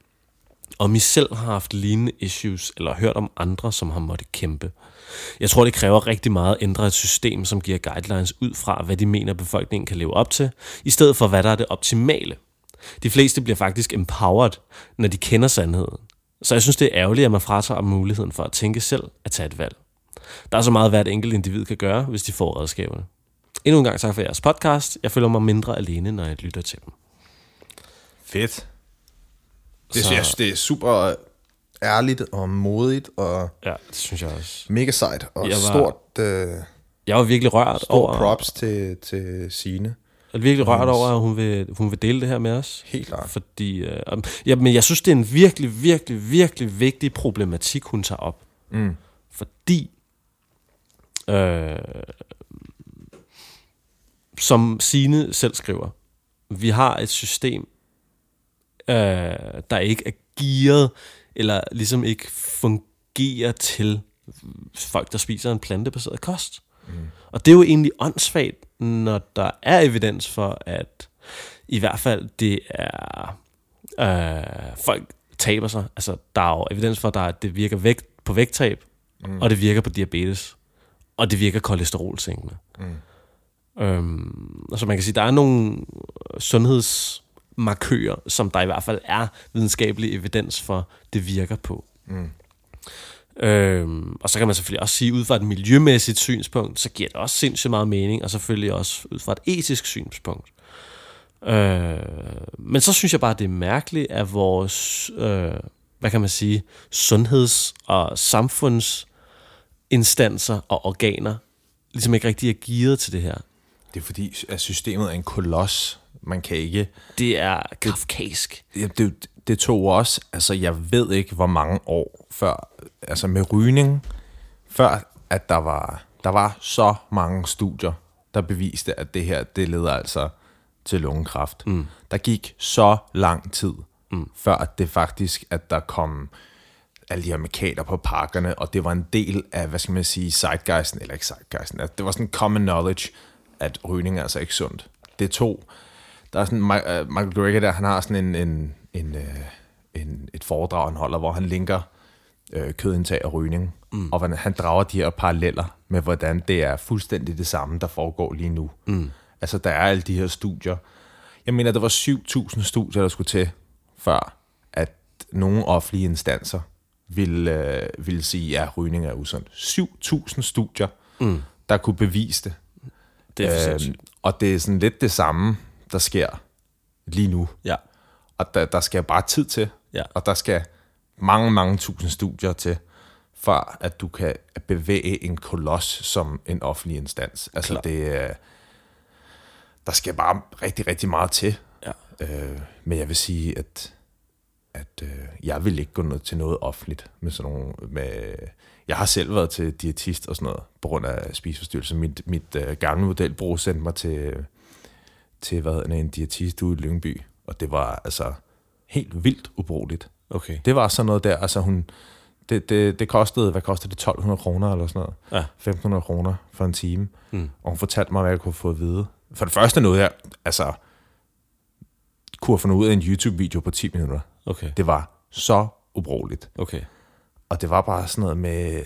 Om I selv har haft lignende issues, eller hørt om andre, som har måttet kæmpe. Jeg tror, det kræver rigtig meget at ændre et system, som giver guidelines ud fra, hvad de mener, befolkningen kan leve op til, i stedet for, hvad der er det optimale. De fleste bliver faktisk empowered, når de kender sandheden. Så jeg synes, det er ærgerligt, at man fratager muligheden for at tænke selv at tage et valg. Der er så meget, hvert enkelt individ kan gøre, hvis de får redskaberne. Endnu en gang tak for jeres podcast. Jeg føler mig mindre alene, når jeg lytter til dem. Fedt. Det, så... jeg synes, det er super ærligt og modigt og ja, det synes jeg også. Mega sejt og jeg var, stort. Øh, jeg var virkelig rørt stor over. Props til til Signe. Jeg er virkelig rørt over, at hun vil hun vil dele det her med os. Helt klart. Fordi øh, ja, men jeg synes det er en virkelig virkelig virkelig vigtig problematik hun tager op. Mm. Fordi øh, som Signe selv skriver, vi har et system, øh, der ikke er gearet eller ligesom ikke fungerer til folk, der spiser en plantebaseret kost. Mm. Og det er jo egentlig åndssvagt, når der er evidens for, at i hvert fald det er øh, folk taber sig. Altså, der er jo evidens for, at, der, at det virker vægt på vægttab, mm. og det virker på diabetes, og det virker kolesterolsænkende. Mm. Øhm, altså man kan sige, der er nogle sundhedsmarkører, som der i hvert fald er videnskabelig evidens for, det virker på. Mm. Øhm, og så kan man selvfølgelig også sige, ud fra et miljømæssigt synspunkt, så giver det også sindssygt meget mening, og selvfølgelig også ud fra et etisk synspunkt. Øh, men så synes jeg bare, det er mærkeligt, at vores, øh, hvad kan man sige, sundheds- og samfundsinstanser og organer ligesom ikke rigtig er gearet til det her. Det er fordi, at systemet er en koloss. Man kan ikke... Det er kafkask. Det, det, det tog også... Altså, jeg ved ikke, hvor mange år før... Altså, med rygning... Før, at der var... Der var så mange studier, der beviste, at det her, det leder altså til lungekræft. Mm. Der gik så lang tid, mm. før at det faktisk... At der kom alle de her mekater på pakkerne, og det var en del af, hvad skal man sige, zeitgeisten, eller ikke zeitgeisten. Det var sådan common knowledge, at rygning er altså ikke sundt. Det tog... Der er sådan, uh, Michael Greger der, han har sådan en, en, en, uh, en, et foredrag, han holder, hvor han linker uh, kødindtag og rygning, mm. og han drager de her paralleller med, hvordan det er fuldstændig det samme, der foregår lige nu. Mm. Altså, der er alle de her studier. Jeg mener, der var syv tusind studier, der skulle til, før at nogle offentlige instanser ville, uh, ville sige, at rygning er usundt. syv tusind studier, mm. der kunne bevise det. Det er uh, og det er sådan lidt det samme, der sker lige nu. Ja. Og der, der skal bare tid til, ja. Og der skal mange, mange tusind studier til, for at du kan bevæge en koloss som en offentlig instans. Altså Klar. det, der skal bare rigtig, rigtig meget til. Ja. Øh, men jeg vil sige, at, at øh, jeg vil ikke gå ned til noget offentligt med sådan nogle... Med, jeg har selv været til diætist og sådan noget, på grund af spiseforstyrrelse. Mit, mit øh, gamle modelbureau sendte mig til... til hvad hedder det, en diætist ude i Lyngby, og det var altså helt vildt ubrugeligt. Okay. Det var sådan noget der, altså hun, det, det, det kostede, hvad kostede det, tolv hundrede kroner eller sådan noget? Ja. femten hundrede kroner for en time, mm. og hun fortalte mig, hvad jeg kunne få at vide. For det første noget, jeg altså kunne have fundet ud af en YouTube-video på ti minutter. Okay. Det var så ubrugeligt. Okay. Og det var bare sådan noget med,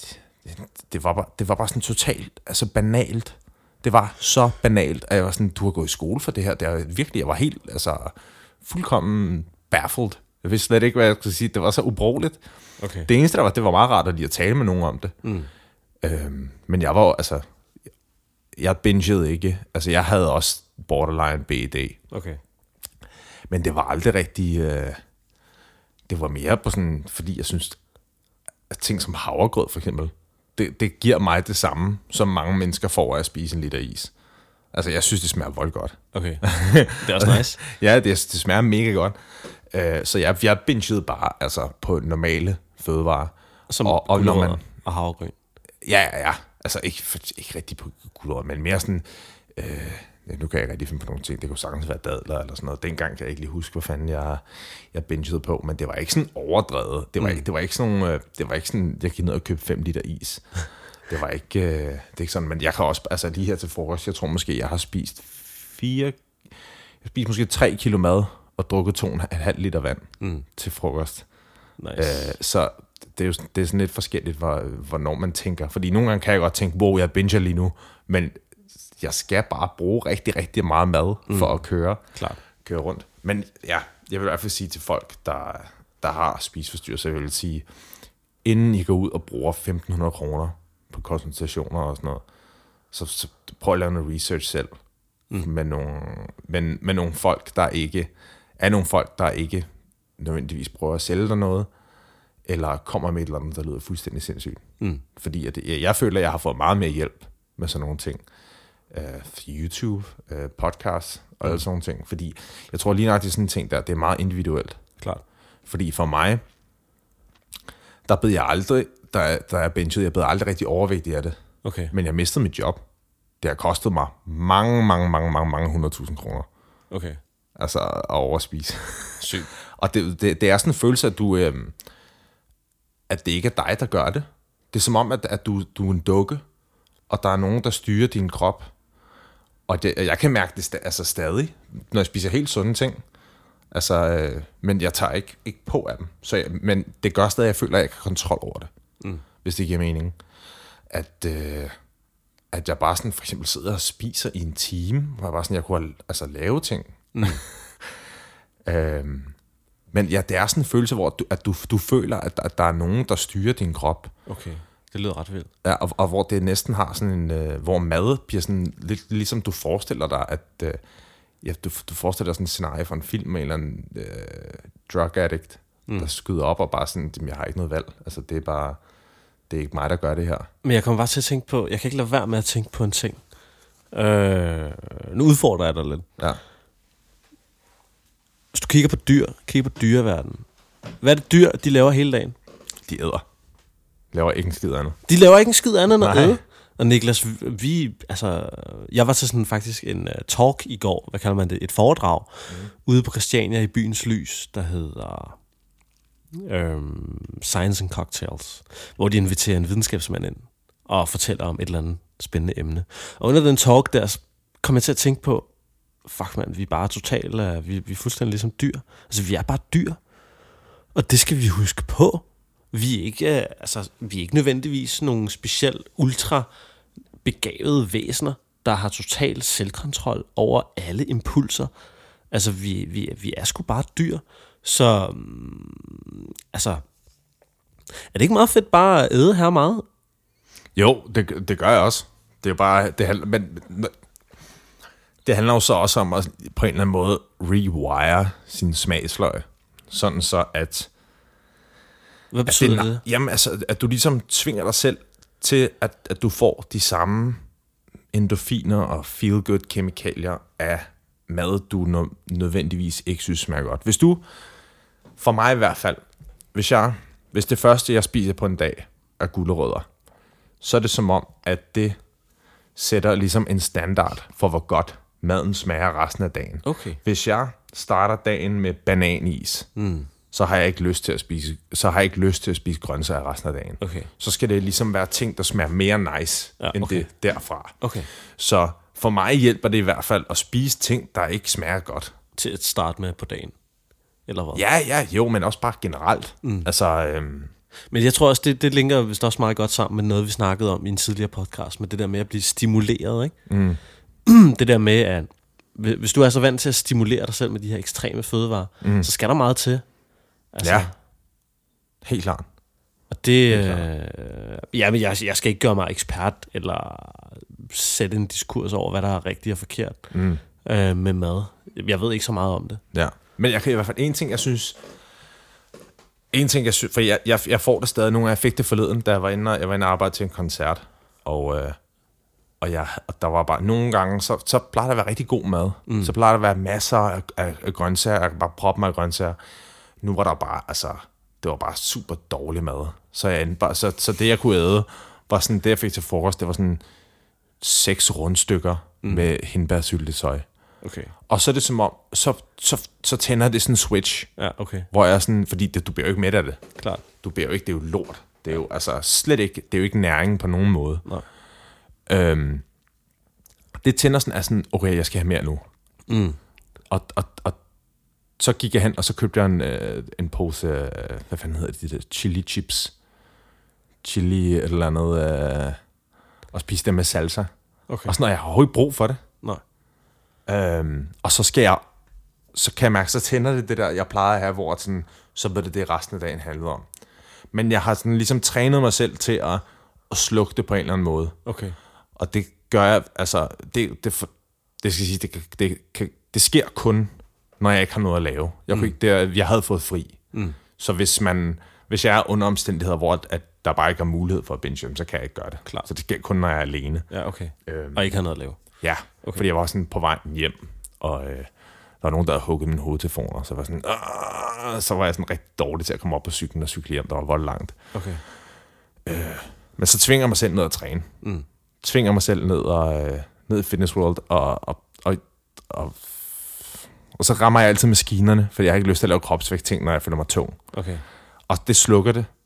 det var bare, det var bare sådan totalt, altså banalt. Det var så banalt, at jeg var sådan, du har gået i skole for det her. Det er virkelig, jeg var helt, altså, fuldkommen baffled. Jeg vidste slet ikke, hvad jeg skulle sige. Det var så ubrugeligt. Okay. Det eneste, der var, det var meget rart at lige at tale med nogen om det. Mm. Øhm, men jeg var altså, jeg bingede ikke. Altså, jeg havde også borderline B E D. Okay. Men det var aldrig rigtig, øh, det var mere på sådan, fordi jeg synes, at ting som havregrød for eksempel, Det, det giver mig det samme, som mange mennesker får af at spise en liter is. Altså, jeg synes, det smager vold godt. Okay. Det er også nice. Ja, det, det smager mega godt. Uh, så jeg, jeg bingede bare altså, på normale fødevarer. Som og, og, når man, og havregryn. Ja, ja, ja. Altså, ikke, ikke rigtig på gulerødder, men mere sådan... Uh, ja, nu kan jeg ikke rigtig finde på nogle ting. Det kunne sagtens være dadler eller sådan noget. Dengang kan jeg ikke lige huske, hvad fanden jeg, jeg bingede på. Men det var ikke sådan overdrevet. Det var, mm. ikke, det var ikke sådan, øh, det var ikke sådan, jeg gik ned og købte fem liter is. Det var ikke, øh, det er ikke sådan. Men jeg kan også, altså lige her til frokost, jeg tror måske, jeg har spist fire, jeg har spist måske tre kilo mad og drukket to og en halv liter vand mm. til frokost. Nice. Øh, så det er jo det er sådan lidt forskelligt, hvor, hvornår man tænker. Fordi nogle gange kan jeg godt tænke, wow, jeg binger lige nu. Men jeg skal bare bruge rigtig, rigtig meget mad for mm. at køre, Klart. køre rundt. Men ja, jeg vil i hvert fald sige til folk, der, der har spiseforstyrrelser, jeg vil sige, inden I går ud og bruger femten hundrede kroner på konsultationer og sådan noget, så, så prøv at lave noget research selv mm. med, nogle, med, med nogle folk, der ikke er nogle folk, der ikke nødvendigvis prøver at sælge dig noget, eller kommer med et eller andet, der lyder fuldstændig sindssygt. Mm. Fordi at jeg, jeg føler, at jeg har fået meget mere hjælp med sådan nogle ting. Uh, YouTube, uh, podcast og mm. alle sådan nogle ting. Fordi jeg tror lige nok, det er sådan en ting der, det er meget individuelt. Klart. Fordi for mig, der blev jeg aldrig, der, der er benchet, jeg blev aldrig rigtig overvægtig af det. Okay. Men jeg mistede mit job. Det har kostet mig mange, mange, mange, mange, mange hundredtusind kroner. Okay. Altså at overspise. Sygt. Og det, det, det er sådan en følelse, at du, øh, at det ikke er dig, der gør det. Det er som om, at, at du, du er en dukke, og der er nogen, der styrer din krop. Og det, jeg kan mærke det st- altså stadig, når jeg spiser helt sunde ting. Altså, øh, men jeg tager ikke, ikke på af dem. Så jeg, men det gør stadig, at jeg føler, at jeg kan kontrol over det. Mm. Hvis det giver mening. At, øh, at jeg bare sådan for eksempel sidder og spiser i en time, hvor jeg bare sådan, jeg kunne altså lave ting. Mm. øhm, men ja, det er sådan en følelse, hvor du, at du, du føler, at der, at der er nogen, der styrer din krop. Okay, det lyder ret vildt. Ja, og, og hvor det næsten har sådan en, øh, hvor mad bliver sådan lidt ligesom du forestiller dig, at øh, ja, du, du forestiller dig sådan en scenarie fra en film med en eller anden øh, drug addict, mm. der skyder op og bare sådan, jeg har ikke noget valg. Altså det er bare, det er ikke mig, der gør det her. Men jeg kommer bare til at tænke på, jeg kan ikke lade være med at tænke på en ting. Øh, nu udfordrer jeg dig lidt. Ja. Hvis du kigger på dyr, kigger på dyreverdenen. Hvad er det dyr, de laver hele dagen? De æder. Laver ikke en skid andet. De laver ikke en skid andet end at Nej. æde. Og Niklas, vi, altså, jeg var til sådan faktisk en uh, talk i går, hvad kalder man det, et foredrag, mm. ude på Christiania i Byens Lys, der hedder øhm, Science and Cocktails, hvor de inviterer en videnskabsmand ind og fortæller om et eller andet spændende emne. Og under den talk der, kom jeg til at tænke på, fuck mand, vi er bare totalt, uh, vi, vi er fuldstændig ligesom dyr. Altså, vi er bare dyr. Og det skal vi huske på. Vi er ikke, uh, altså, vi er ikke nødvendigvis nogle specielt ultra begavede væsener, der har total selvkontrol over alle impulser. Altså, vi, vi, vi er sgu bare dyr. Så, um, altså, er det ikke meget fedt bare at æde her meget? Jo, det, det gør jeg også. Det er jo bare, det handler, men det handler jo så også om at på en eller anden måde rewire sin smagsløg. Sådan så, at... Hvad betyder at det? det? Jamen, altså, at du ligesom tvinger dig selv til, at, at du får de samme endorfiner og feel-good kemikalier af mad, du nødvendigvis ikke synes smager godt. Hvis du, for mig i hvert fald, hvis jeg, hvis det første, jeg spiser på en dag, er gulerødder, så er det som om, at det sætter ligesom en standard for, hvor godt maden smager resten af dagen. Okay. Hvis jeg starter dagen med bananis, mm. så har jeg ikke lyst til at spise, så har jeg ikke lyst til at spise grøntsager resten af dagen. Okay. Så skal det ligesom være ting, der smager mere nice, ja, end okay. det derfra. Okay. Så for mig hjælper det i hvert fald at spise ting, der ikke smager godt. Til at starte med på dagen, eller hvad? Ja, ja, jo, men også bare generelt. Mm. Altså, øhm, men jeg tror også, det, det linker vist også meget godt sammen med noget, vi snakkede om i en tidligere podcast, med det der med at blive stimuleret, ikke? Mm. Det der med, at hvis du er så vant til at stimulere dig selv med de her ekstreme fødevarer, mm. så skal der meget til. Altså, ja, helt klart. Og det, øh, ja, men jeg, jeg skal ikke gøre mig ekspert, eller sætte en diskurs over, hvad der er rigtigt og forkert mm. øh, med mad. Jeg ved ikke så meget om det. Ja, men jeg kan i hvert fald en ting, jeg synes... En ting, jeg synes... For jeg, jeg, jeg får det stadig nogle gange. Jeg fik det forleden, da jeg var inde og, jeg var inde og arbejde til en koncert. Og, øh, og, jeg, og der var bare... Nogle gange, så, så plejer der at være rigtig god mad. Mm. Så plejer der at være masser af, af, af grøntsager. Jeg kan bare proppe mig af grøntsager. Nu var der bare... Altså, det var bare super dårlig mad. Så, jeg bare, så, så det, jeg kunne æde, var sådan... Det, jeg fik til frokost, det var sådan... Seks rundstykker mm. med hindbærsyltetøj. Okay. Og så er det som om, så, så, så tænder det sådan en switch, ja, okay. hvor jeg sådan, fordi det, du bliver jo ikke mæt af det. Klart. Du bliver jo ikke, det er jo lort. Det er jo altså slet ikke, det er jo ikke næring på nogen måde. Nej. Øhm, det tænder sådan, er sådan, okay, jeg skal have mere nu. Mm. Og, og, og så gik jeg hen, og så købte jeg en, øh, en pose, øh, hvad fanden hedder det, de der chili chips. Chili eller andet, øh, og spiste dem med salsa. Okay. Og sådan, og jeg har overhovedet ikke brug for det. Nej. Øhm, og så skal jeg, så kan jeg mærke, så tænder det det der, jeg plejede at have, hvor sådan, så bliver det det resten af dagen handlede om. Men jeg har sådan ligesom trænet mig selv til at, at slukke det på en eller anden måde. Okay. Og det gør jeg, altså, det, det, for, det skal sige, det, det, det, det sker kun, når jeg ikke har noget at lave. Jeg, mm. det, jeg havde fået fri. Mm. Så hvis man, hvis jeg er under omstændigheder, hvor at, at der bare ikke er mulighed for at binge, så kan jeg ikke gøre det. Klar. Så det sker kun, når jeg er alene. Ja, okay. Øhm, og ikke har noget at lave. Ja, okay. Fordi jeg var sådan på vej hjem, og øh, der var nogen, der havde hugget min hovedtelefoner, så var sådan, så var jeg sådan rigtig dårlig til at komme op på cyklen og cykle hjem, der var vold langt. Okay. Øh, men så tvinger jeg mig selv ned at træne. Mm. Tvinger mig selv ned, og, øh, ned i Fitness World, og, og, og, og, og så rammer jeg altid maskinerne, fordi jeg har ikke lyst til at lave kropsvægt ting, når jeg føler mig tung. Okay. Og det slukker det,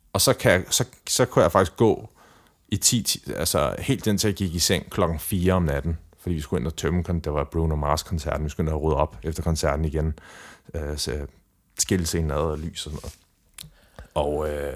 Og så, kan jeg, så, så kunne jeg faktisk gå i ti, altså helt indtil jeg gik i seng klokken fire om natten, fordi vi skulle ind og tømme, der var Bruno Mars-koncerten, vi skulle ind og rydde op efter koncerten igen, øh, så skille scenen ad og lys og sådan noget. Og øh,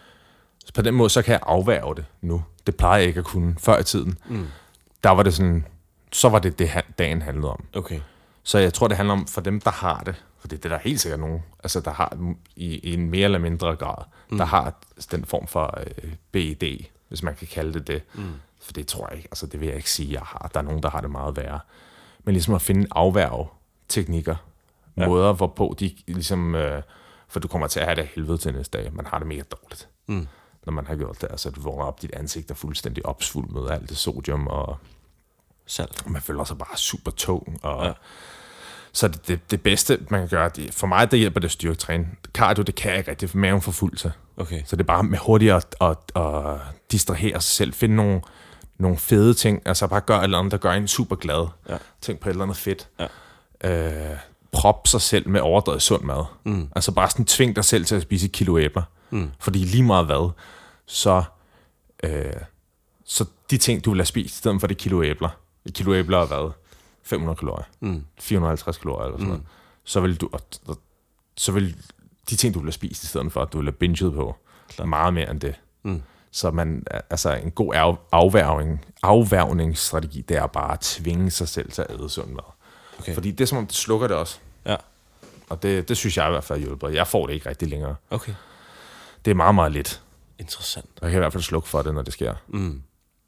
så på den måde, så kan jeg afværge det nu. Det plejer jeg ikke at kunne før i tiden. Mm. Der var det sådan, så var det det, dagen handlede om. Okay. Så jeg tror, det handler om for dem, der har det, for det er det, der er helt sikkert nogen, altså der har i, i en mere eller mindre grad, mm. der har den form for øh, B E D, hvis man kan kalde det det. Mm. For det tror jeg ikke, altså det vil jeg ikke sige, jeg har. Der er nogen, der har det meget værre. Men ligesom at finde afværge teknikker, ja. Måder, hvorpå de ligesom, øh, for du kommer til at have det helvede til næste dag, man har det mega dårligt, mm. når man har gjort det. Altså du vågner op, dit ansigt er fuldstændig opsvulmet med alt det sodium og salt. Og man føler sig bare super tung. Og ja. Så det, det, det bedste, man kan gøre, det, for mig, der hjælper det at styrketræne. Cardio, det kan jeg ikke rigtig, for maven får fuld sig. Okay. Så det er bare med hurtigt at, at, at distrahere sig selv, finde nogle, nogle fede ting, altså bare gøre et eller andet, der gør en super glad. Ja. Tænk på et eller andet fedt. Ja. Øh, prop sig selv med overdrevet sund mad. Mm. Altså bare sådan tving dig selv til at spise et kilo æbler. Mm. Fordi lige meget hvad, så, øh, så de ting, du vil have spist, i stedet for det kilo æbler, et kilo æbler er hvad? fem hundrede kalorier. Mm. fire hundrede og halvtreds kalorier eller sådan noget. Mm. Så vil du, og, og, så vil de ting, du vil have spist, i stedet for, at du vil have binget på, klar. Meget mere end det. Mm. Så man, altså en god af, afværgning, afværgningsstrategi, det er bare at tvinge sig selv til at æde sund mad. Okay. Fordi det er som om, det slukker det også. Ja. Og det, det synes jeg i hvert fald hjælper. Jeg får det ikke rigtig længere. Okay. Det er meget, meget lidt. Interessant. Og jeg kan i hvert fald slukke for det, når det sker. Mm.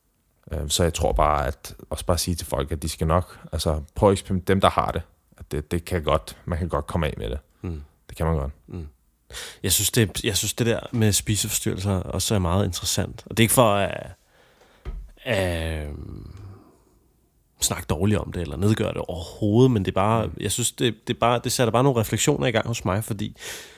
Så jeg tror bare, at også bare sige til folk, at de skal nok, altså prøv at eksperimentere, dem der har det, at det, det kan godt, man kan godt komme af med det. Mm. Det kan man godt. Mm. Jeg synes, det, jeg synes, det der med spiseforstyrrelser også er meget interessant. Og det er ikke for at, at snakke dårligt om det, eller nedgøre det overhovedet, men det er bare, jeg synes, det, det, er bare, det sætter bare nogle refleksioner i gang hos mig, fordi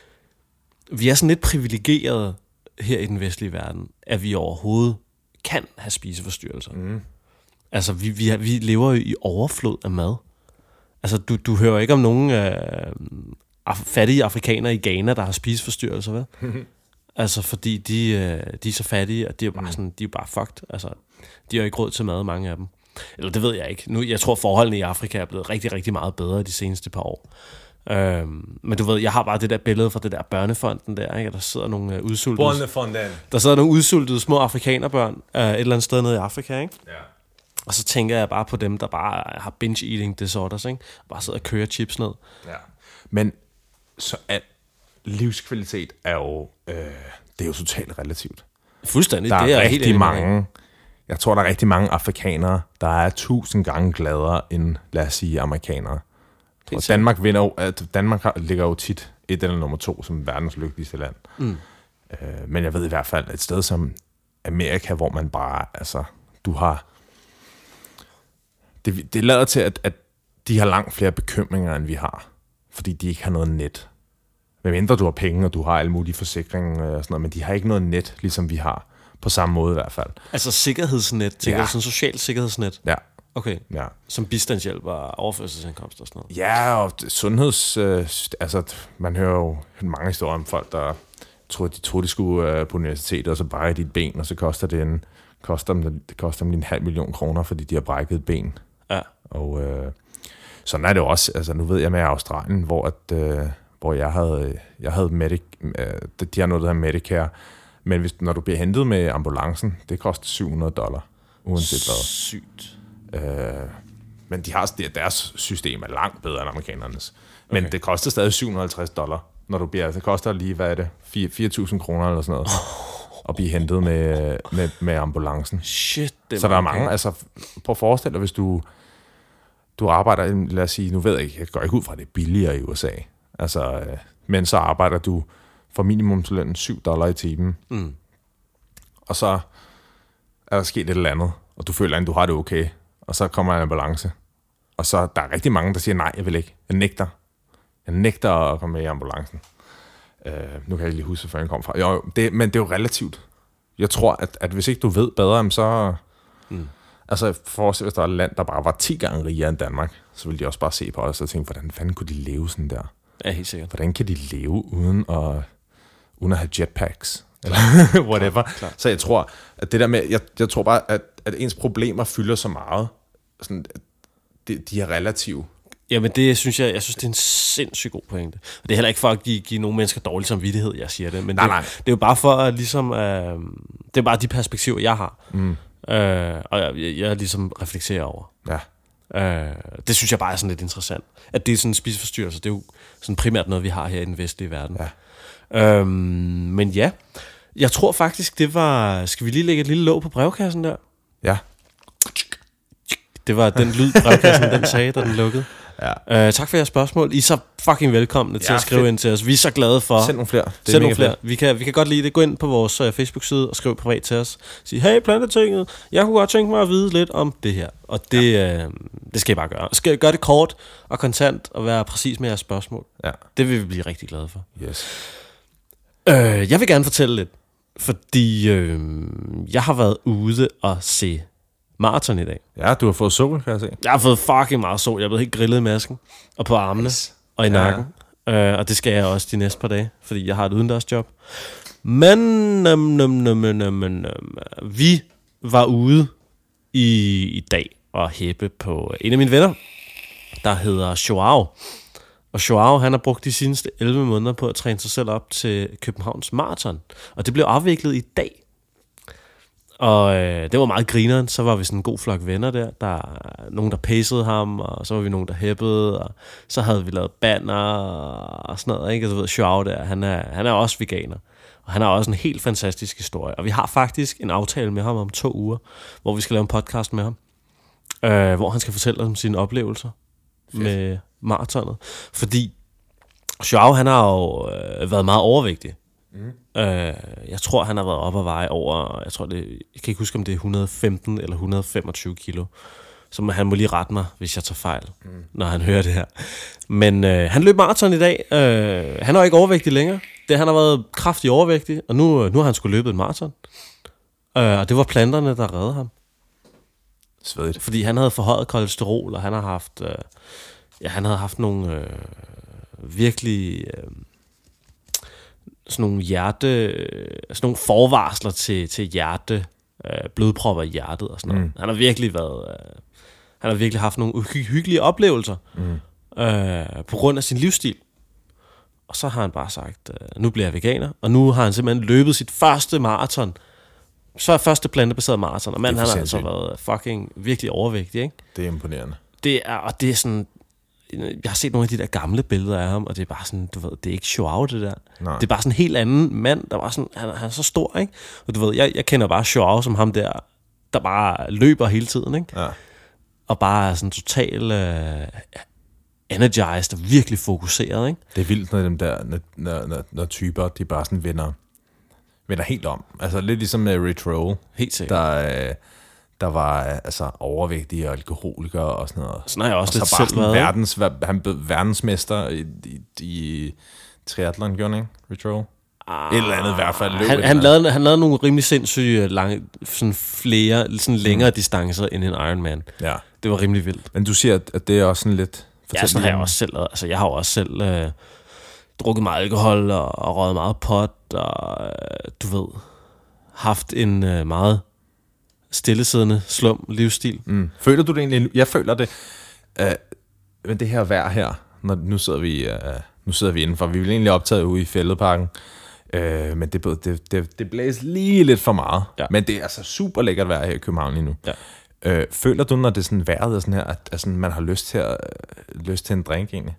vi er sådan lidt privilegerede her i den vestlige verden, at vi overhovedet kan have spiseforstyrrelser. Mm. Altså, vi, vi, vi lever jo i overflod af mad. Altså, du, du hører ikke om nogen øh, af, fattige afrikanere i Ghana, der har spiseforstyrrelser, vel? Altså, fordi de, øh, de er så fattige, og de er jo bare, sådan, de er jo bare fucked. Altså, de har jo ikke råd til mad, mange af dem. Eller det ved jeg ikke. Nu, jeg tror, forholdene i Afrika er blevet rigtig, rigtig meget bedre de seneste par år. Øhm, men du ved, jeg har bare det der billede fra det der børnefonden der, ikke? Der sidder nogle uh, udsultede Børnefonden. Der sidder nogle udsultede små afrikanerbørn uh, et eller andet sted nede i Afrika, ikke? Ja. Og så tænker jeg bare på dem, der bare har binge eating disorders, ikke? Og bare sidder og kører chips ned. Ja. Men så at livskvalitet er jo øh, det er jo totalt relativt. Fuldstændig. Der er, det er rigtig helt mange. Jeg tror der er rigtig mange afrikanere, der er tusind gange gladere end, lad os sige, amerikanere. Og Danmark vinder jo, at Danmark ligger jo tit et eller nummer to som verdens lykkeligste land. Mm. Øh, men jeg ved i hvert fald et sted som Amerika, hvor man bare, altså, du har, det, det lader til, at, at de har langt flere bekymringer, end vi har, fordi de ikke har noget net. Med mindre du har penge, og du har alle mulige forsikringer og sådan noget, men de har ikke noget net, ligesom vi har, på samme måde i hvert fald. Altså sikkerhedsnet, tænker ja. du, sådan socialt sikkerhedsnet? Ja. Okay, ja. Som bistandshjælp og overførselsindkomst og sådan noget? Ja, og sundheds... Øh, altså, man hører jo mange historier om folk, der troede, de troede, de skulle øh, på universitetet, og så brække dit ben, og så koster det en, koster dem, det koster dem en halv million kroner, fordi de har brækket et ben. Ja. Og øh, sådan er det jo også. Altså, nu ved jeg med Australien, hvor, at, øh, hvor jeg havde, jeg havde Medic, øh, de har noget, der hedder Medicare, men hvis, når du bliver hentet med ambulancen, det koster syv hundrede dollar, uanset hvad. Sygt. Øh, men de har, deres system er langt bedre end amerikanernes. Men okay. Det koster stadig syv hundrede og halvtreds dollar, når du bliver, det koster lige, hvad er det, fire tusind kroner eller sådan noget, oh. at blive hentet med, med, med ambulancen. Shit, det så der er mange, altså prøv at forestille dig, hvis du, du arbejder, lad os sige, nu ved jeg ikke, jeg går ikke ud fra, at det er billigere i U S A, altså, men så arbejder du for minimumslønnen syv dollar i timen, mm. og så er der sket et eller andet, og du føler, at du har det okay, og så kommer en ambulance. Og så der er rigtig mange, der siger, nej, jeg vil ikke. Jeg nægter. Jeg nægter at komme med i ambulancen. Uh, nu kan jeg ikke lige huske, hvor jeg kom fra. Jo, det, men det er jo relativt. Jeg tror, at, at hvis ikke du ved bedre, så... Mm. Altså, forestil, hvis der er et land, der bare var ti gange rigere end Danmark, så ville de også bare se på os og tænke, hvordan fanden kunne de leve sådan der? Ja, helt sikkert. Hvordan kan de leve uden at, uden at have jetpacks? eller whatever. Klar. Så jeg tror, at det der med, jeg, jeg tror bare, at, at ens problemer fylder så meget, sådan, de, de er relative. Jamen det synes jeg, jeg synes det er en sindssygt god pointe. Og det er heller ikke for at give, give nogle mennesker dårlig samvittighed, jeg siger det. Men nej, det, nej. det er jo bare for at ligesom, øh, det er bare de perspektiver, jeg har. Mm. Øh, og jeg, jeg ligesom reflekterer over. Ja. Øh, det synes jeg bare er sådan lidt interessant. At det er sådan en spiseforstyrrelse, det er jo sådan primært noget, vi har her i den vestlige verden. Ja. Øh, men ja, jeg tror faktisk, det var, skal vi lige lægge et lille låg på brevkassen der? Ja. Det var den lyd, brevkassen den sagde, da den lukkede. Ja. Uh, tak for jeres spørgsmål. I er så fucking velkomne til ja, at skrive fedt. ind til os. Vi er så glade for. Send nogle flere. Send nogle flere. Vi kan, vi kan godt lide det. Gå ind på vores uh, Facebook-side og skriv privat til os. Sig, hey Plantetinget, jeg kunne godt tænke mig at vide lidt om det her. Og det, ja. uh, det skal I bare gøre. Skal gøre det kort og kontant og være præcis med jeres spørgsmål. Ja. Det vil vi blive rigtig glade for. Yes. Uh, jeg vil gerne fortælle lidt, fordi uh, jeg har været ude og se maraton i dag. Ja, du har fået sol, kan jeg se. Jeg har fået fucking meget sol. Jeg er blevet helt grillet i masken. Og på armene. Nice. Og i nakken. Ja. Uh, og det skal jeg også de næste par dage, fordi jeg har et udendørsjob. Men um, um, um, um, um, vi var ude i, i dag og hæppe på en af mine venner, der hedder Joao. Og Joao, han har brugt de seneste elleve måneder på at træne sig selv op til Københavns Marathon. Og det blev afviklet i dag. Og øh, det var meget grineren. Så var vi sådan en god flok venner der. Der er nogen, der pacede ham, og så var vi nogen, der hæppede, og så havde vi lavet banner og sådan noget, ikke? Og så ved Joao der, han er, han er også veganer. Og han har også en helt fantastisk historie. Og vi har faktisk en aftale med ham om to uger, hvor vi skal lave en podcast med ham, øh, hvor han skal fortælle os om sine oplevelser Fedt. med maratonet. Fordi Joao, han har jo øh, været meget overvægtig. Mm. Øh, jeg tror, han har været op og veje over, jeg tror det, jeg kan ikke huske, om det er et hundrede og femten eller et hundrede og femogtyve kilo. Så han må lige rette mig, hvis jeg tager fejl, mm. når han hører det her. Men øh, han løb maraton i dag. Øh, han er jo ikke overvægtig længere. Det, han har været kraftigt overvægtig, og nu, nu har han sgu løbet en maraton. Øh, og det var planterne, der reddede ham. Svedigt. Fordi han havde forhøjet kolesterol, og han har haft, øh, ja, han havde haft nogle øh, virkelig... Øh, sådan nogle hjerte, sådan nogle forvarsler til, til hjerte, øh, blodpropper i hjertet og sådan noget. Mm. Han har virkelig været, øh, han har virkelig haft nogle uhy- hyggelige oplevelser mm. øh, på grund af sin livsstil. Og så har han bare sagt, øh, nu bliver jeg veganer, og nu har han simpelthen løbet sit første maraton. Så er første plantebaseret maraton, og manden han har altså været fucking virkelig overvægtig, ikke? Det er imponerende. Det er, og det er sådan, jeg har set nogle af de der gamle billeder af ham, og det er bare sådan, du ved, det er ikke Joao, det der. Nej. Det er bare sådan en helt anden mand, der var sådan, han, han er så stor, ikke? Og du ved, jeg, jeg kender bare Joao som ham der, der bare løber hele tiden, ikke? Ja. Og bare er sådan total uh, energized og virkelig fokuseret, ikke? Det er vildt, når dem der, når, når, når, når typer, de bare sådan vender, vender helt om. Altså lidt ligesom med Rich Roll. Helt sikkert. Der, der var altså overvægtige og alkoholikere og sådan noget. Sådan har jeg også og lidt så bare selv sådan verdens, han blev verdensmester i, i, i triathlon, gjorde han ikke? Rich Roll? Ah, et eller andet i hvert fald. Han, han, lavede, han lavede nogle rimelig sindssyge, lange, sådan flere, sådan længere mm. distancer end en Ironman. Ja. Det var rimelig vildt. Men du siger, at det er også sådan lidt... Ja, sådan har jeg også selv. Altså, jeg har jo også selv øh, drukket meget alkohol og, og røget meget pot og, øh, du ved, haft en øh, meget stillesiddende, slum livsstil. Mm. Føler du det egentlig? Jeg føler det. Øh, men det her vejr her, når nu sidder vi, øh, nu sidder vi indenfor. Vi vil egentlig optage ude i Fælledparken. Øh, men det, det, det, det blæser lige lidt for meget. Ja. Men det er altså super lækkert vejr her i København lige nu. Ja. Øh, føler du, når det er sådan vejret er sådan her, at, at sådan, man har lyst til, at, øh, lyst til en drink egentlig?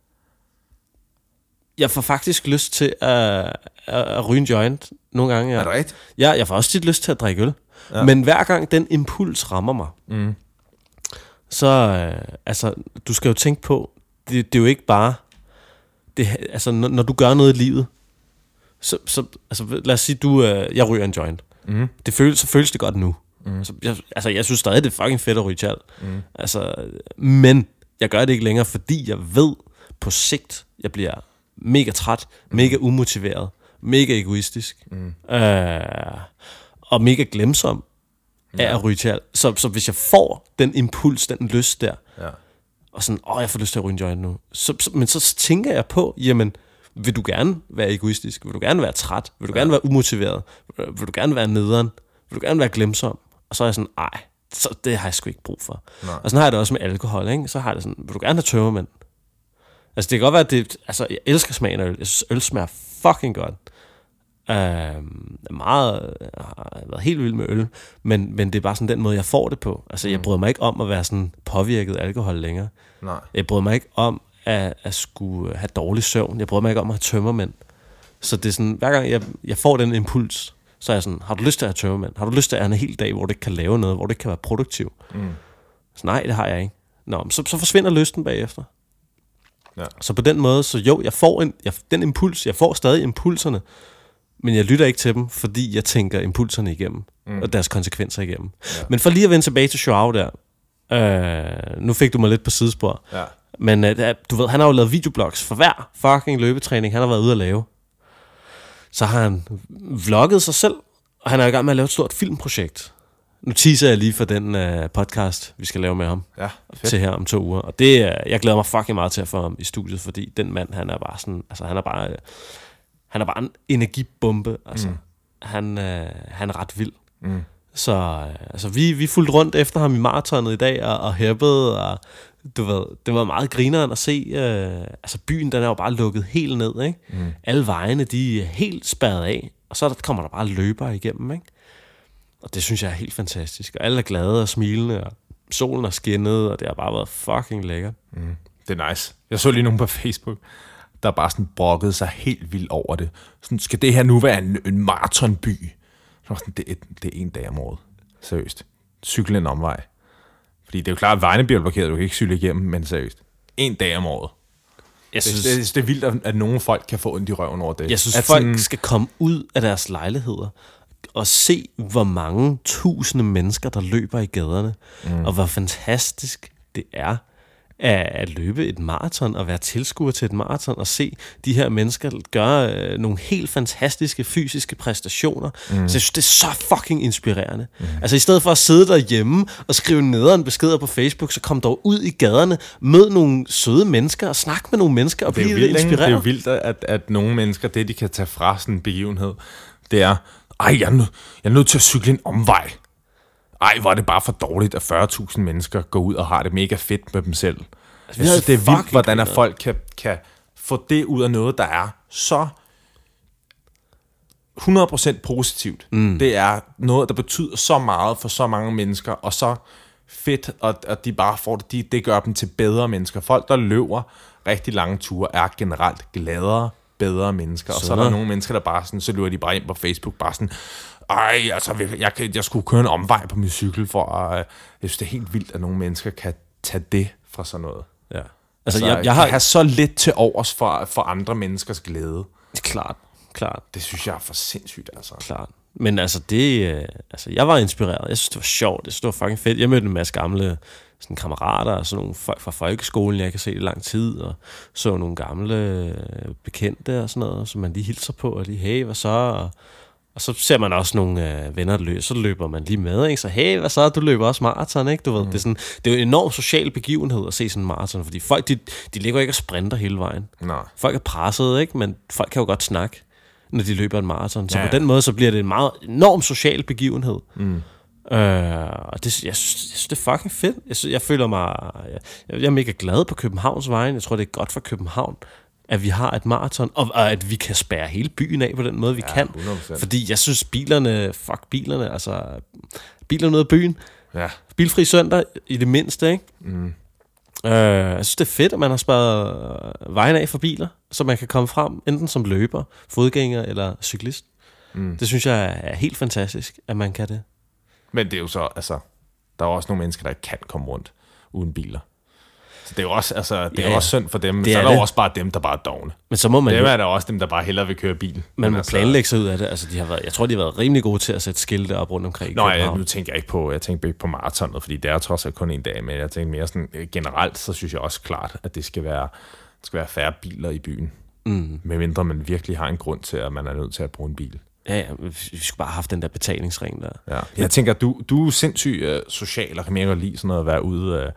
Jeg får faktisk lyst til at, at, at ryge en joint nogle gange. Ja. Er det rigtigt? Ja, jeg får også tit lyst til at drikke øl. Ja. Men hver gang den impuls rammer mig, mm. så øh, altså, du skal jo tænke på, det, det er jo ikke bare, det, altså, når, når du gør noget i livet, så, så altså, lad os sige, du, øh, jeg ryger en joint. Mm. Det føles, så føles det godt nu. Mm. Så jeg, altså, jeg synes stadig, det er fucking fedt at ryge tjal. Mm. Altså, men jeg gør det ikke længere, fordi jeg ved på sigt, jeg bliver mega træt, mm. mega umotiveret, mega egoistisk, mm. øh, og mega glemsom af ja. at ryge tjal. Så, så hvis jeg får den impuls, den lyst der, ja. og sådan, åh, jeg får lyst til at ryge en joint nu, så, så, men så tænker jeg på, jamen, vil du gerne være egoistisk? Vil du gerne være træt? Vil du gerne være umotiveret? Vil du gerne være nederen? Vil du gerne være glemsom? Og så er jeg sådan, ej, så det har jeg sgu ikke brug for. Nej. Og sådan har jeg det også med alkohol, ikke? Så har jeg det sådan, vil du gerne have tømmermænd? Altså det kan godt være, at det, altså jeg elsker smagen af øl. Jeg synes, øl smager fucking godt. Uh, meget, jeg har været helt vild med øl, men, men det er bare sådan den måde, jeg får det på. Altså jeg bryder mig ikke om at være sådan påvirket af alkohol længere. Nej. Jeg bryder mig ikke om at, at skulle have dårlig søvn. Jeg bryder mig ikke om at have tømmermænd. Så det er sådan, hver gang jeg, jeg får den impuls, så er jeg sådan, har du lyst til at have tømmermænd? Har du lyst til at have en hel dag, hvor du ikke kan lave noget, hvor du ikke kan være produktiv? Mm. Så nej, det har jeg ikke. Nå, så, så forsvinder lysten bagefter. Ja. Så på den måde, så jo, jeg får en, jeg, den impuls, jeg får stadig impulserne, men jeg lytter ikke til dem, fordi jeg tænker impulserne igennem, mm. og deres konsekvenser igennem. Ja. Men for lige at vende tilbage til Joao der, øh, nu fik du mig lidt på sidespor, ja. men øh, du ved, han har jo lavet videoblogs for hver fucking løbetræning, han har været ude at lave. Så har han vlogget sig selv, og han er i gang med at lave et stort filmprojekt. Nu teaser jeg lige for den uh, podcast, vi skal lave med ham, ja, til her om to uger. Og det, uh, jeg glæder mig fucking meget til at få ham i studiet, fordi den mand, han er bare sådan, altså han er bare, uh, han er bare en energibombe. Altså, mm. han, uh, han er ret vild. Mm. Så uh, altså, vi, vi fulgte rundt efter ham i maratonet i dag, og, og hæppede, og du ved, det var meget grineren at se. Uh, altså byen, den er jo bare lukket helt ned, ikke? Mm. Alle vejene, de er helt spærret af, og så kommer der bare løbere igennem, ikke? Og det synes jeg er helt fantastisk. Og alle er glade og smilende, og solen er skinnet, og det har bare været fucking lækkert. Mm. Det er nice. Jeg så lige nogen på Facebook, der bare sådan brokkede sig helt vildt over det. Sådan, skal det her nu være en, en maratonby? Sådan, det, er, det er en dag om året. Seriøst. Cykle en omvej. Fordi det er jo klart, at vejene bliver blokeret, du kan ikke cykle igennem, men seriøst. En dag om året. Jeg synes, det, det, det er vildt, at, at nogle folk kan få ondt i røven over det. Jeg synes, at folk sådan, skal komme ud af deres lejligheder og se, hvor mange tusinde mennesker, der løber i gaderne, mm. og hvor fantastisk det er at løbe et maraton og være tilskuer til et maraton og se de her mennesker gøre øh, nogle helt fantastiske fysiske præstationer. Mm. Så jeg synes, det er så fucking inspirerende. Mm. Altså i stedet for at sidde derhjemme og skrive nederen beskeder på Facebook, så kom dog ud i gaderne, mød nogle søde mennesker og snak med nogle mennesker og blive lidt inspireret. Det er jo vildt, at, at nogle mennesker, det de kan tage fra sådan en begivenhed, det er, ej, jeg er, nød, jeg er nødt til at cykle en omvej. Ej, hvor er det bare for dårligt, at fyrre tusind mennesker går ud og har det mega fedt med dem selv. Altså, jeg synes, det er vildt, hvordan at folk kan, kan få det ud af noget, der er så hundrede procent positivt. Mm. Det er noget, der betyder så meget for så mange mennesker, og så fedt, at, at de bare får det. De, det gør dem til bedre mennesker. Folk, der løber rigtig lange ture, er generelt gladere, bedre mennesker. Og så, så er der nogle mennesker, der bare sådan, så løber de bare ind på Facebook, bare sådan, ej, altså, jeg, jeg, jeg skulle køre en omvej på min cykel, for at, jeg synes, det er helt vildt, at nogle mennesker kan tage det fra sådan noget. Ja. Altså, altså jeg, jeg har have så lidt til overs for, for andre menneskers glæde. Klart, klart. Det synes jeg er for sindssygt, altså. Klart. Men altså, det, øh, altså, jeg var inspireret. Jeg synes, det var sjovt. Jeg synes, det var fucking fedt. Jeg mødte en masse gamle sådan, kammerater og sådan nogle folk fra folkeskolen, jeg kan se i lang tid, og så nogle gamle øh, bekendte og sådan noget, som man lige hilser på, og lige, hey, hvad så? Og, og så ser man også nogle øh, venner, der løber, så løber man lige med, ikke? Så hey, hvad så? Du løber også maraton, ikke? Du ved, mm. det, er sådan, det er jo en enorm social begivenhed at se sådan en maraton, fordi folk, de, de ligger ikke og sprinter hele vejen. Nej. Folk er presset, ikke? Men folk kan jo godt snakke, når de løber en maraton. Så ja, ja. På den måde, så bliver det en meget enorm social begivenhed. Mm. Øh, og det, jeg, synes, jeg synes, det er fucking fedt. Jeg, synes, jeg føler mig, jeg, jeg er mega glad på Københavns vejen. Jeg tror, det er godt for København, at vi har et maraton, og, og at vi kan spærre hele byen af på den måde, vi ja, kan. hundrede procent. Fordi jeg synes, bilerne, fuck bilerne, altså, bilerne ud af byen. Ja. Bilfri søndag, i det mindste, ikke? Mm. Øh, jeg synes, det er fedt, at man har sparet vejen af for biler, så man kan komme frem, enten som løber, fodgænger eller cyklist. Mm. Det synes jeg er helt fantastisk, at man kan det. Men det er jo så, altså, der er også nogle mennesker, der ikke kan komme rundt uden biler. Så det er jo også, altså, det er ja, også synd for dem, men så er der jo også bare dem, der bare er dovne. Men så må man dem jo, er der også dem, der bare hellere vil køre bil. Man må altså, planlægge sig ud af det. Altså, de har været, jeg tror, de har været rimelig gode til at sætte skilte op rundt omkring. Nå, ja, nu tænker jeg ikke på, jeg tænker ikke på maratonet, fordi det er trods alt kun en dag, men jeg tænker mere sådan, generelt, så synes jeg også klart, at det skal være, det skal være færre biler i byen. Mm. Medmindre man virkelig har en grund til, at man er nødt til at bruge en bil. Ja, ja, vi skulle bare have haft den der betalingsring der. Ja. Jeg tænker, du, du er sindssygt uh, social, og kan mere godt lide sådan noget at være ude uh,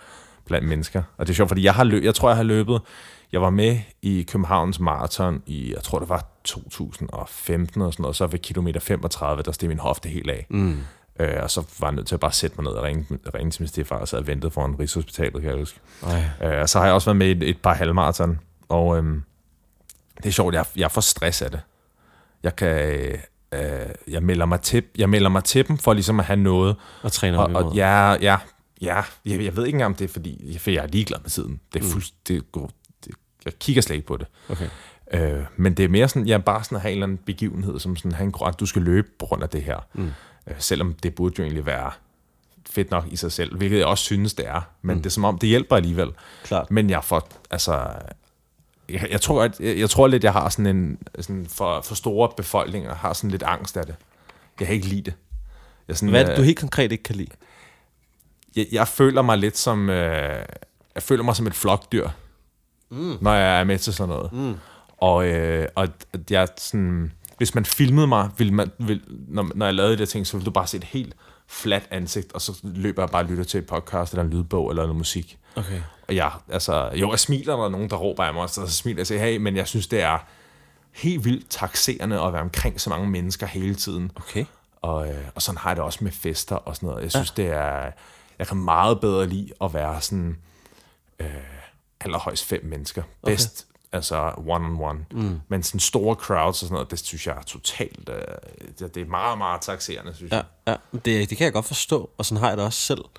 blandt mennesker. Og det er sjovt, fordi jeg har løbet, jeg tror, jeg har løbet, jeg var med i Københavns Marathon i, jeg tror, det var to tusind og femten og sådan noget, så ved kilometer femogtredive, der steg min hofte helt af. Mm. Øh, og så var jeg nødt til at bare sætte mig ned og ringe, ringe til min stifar, og så havde ventet foran Rigshospitalet, kan jeg huske. Øh, og så har jeg også været med i et, et par halvmarathon, og øhm, det er sjovt, jeg, jeg får stress af det. Jeg kan... Øh, jeg melder mig til, jeg melder mig til dem for ligesom at have noget og træne og, og ja, ja, ja, jeg, jeg ved ikke engang om det er fordi, for jeg er ligeglad med tiden. Det er mm. fuldst, det går, det, jeg kigger slet ikke på det. Okay. Øh, men det er mere sådan, jeg ja, bare sådan at have en eller anden begivenhed, som sådan, have en grund, at du skal løbe på grund af det her. Mm. Øh, selvom det burde jo egentlig være fedt nok i sig selv, hvilket jeg også synes, det er. Men mm. det er som om, det hjælper alligevel. Klart. Men jeg får, altså... Jeg, jeg, tror, at, jeg, jeg tror lidt, jeg har sådan en... Sådan for, for store befolkninger har sådan lidt angst af det. Jeg kan ikke lide det. Jeg sådan, Hvad er det, du helt konkret ikke kan lide? Jeg, jeg føler mig lidt som... Øh, jeg føler mig som et flokdyr, mm. når jeg er med til sådan noget. Mm. Og, øh, og jeg sådan... Hvis man filmede mig, ville man, ville, når, når jeg lavede de ting, så ville du bare se et helt fladt ansigt, og så løber jeg bare og lytter til et podcast, eller en lydbog, eller noget musik. Okay. Og jeg, altså, jo, jeg smiler, når der er nogen, der råber af mig, og så smiler jeg og siger, hey, men jeg synes, det er helt vildt takserende at være omkring så mange mennesker hele tiden. Okay. Og, øh, og sådan har jeg det også med fester og sådan noget. Jeg synes, ja. det er... Jeg kan meget bedre lide at være sådan... Øh, allerhøjst fem mennesker. Okay. Bedst, altså one-on-one. Mm. Men sådan store crowds og sådan noget, det synes jeg er totalt... Øh, det, det er meget, meget takserende, synes jeg. Ja, ja. Det, det kan jeg godt forstå, og sådan har jeg det også selv.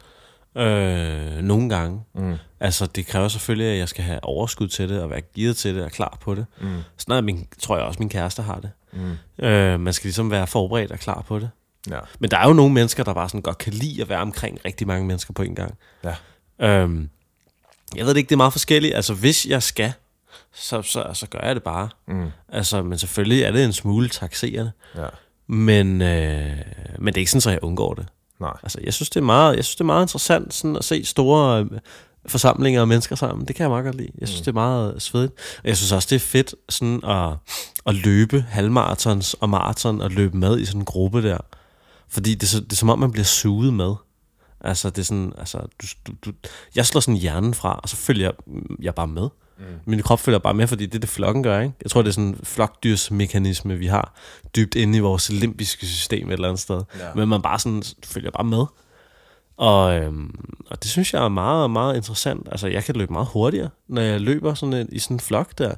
Øh, nogle gange. Mm. Altså, det kræver selvfølgelig, at jeg skal have overskud til det, og være gearet til det, og klar på det. Mm. Sådan er min, tror jeg også, min kæreste har det. Mm. Øh, man skal ligesom være forberedt og klar på det. Ja. Men der er jo nogle mennesker, der bare sådan godt kan lide at være omkring rigtig mange mennesker på en gang. Ja. Øh, jeg ved det ikke, det er meget forskelligt. Altså, hvis jeg skal, så, så, så gør jeg det bare. Mm. Altså, men selvfølgelig er det en smule takserende. Ja. Men, øh, men det er ikke sådan, at jeg undgår det. Nej. Altså, jeg synes, det er meget, jeg synes, det er meget interessant sådan at se store øh, forsamlinger af mennesker sammen. Det kan jeg meget godt lide. Jeg synes, mm. det er meget svedigt. Og jeg synes også, det er fedt sådan at, at løbe halvmarathons og maraton og løbe med i sådan en gruppe der. Fordi det er, det er som om, man bliver suget med. Altså, det er sådan, altså, du, du, du, jeg slår sådan hjernen fra, og så følger jeg, jeg bare med. Mm. Min krop følger bare med, fordi det er det, flokken gør, ikke? Jeg tror, det er sådan en flokdyrsmekanisme, vi har dybt inde i vores limbiske system et eller andet sted. Ja. Men man bare sådan følger bare med. Og, øhm, og det synes jeg er meget, meget interessant. Altså, jeg kan løbe meget hurtigere, når jeg løber sådan en, i sådan en flok der.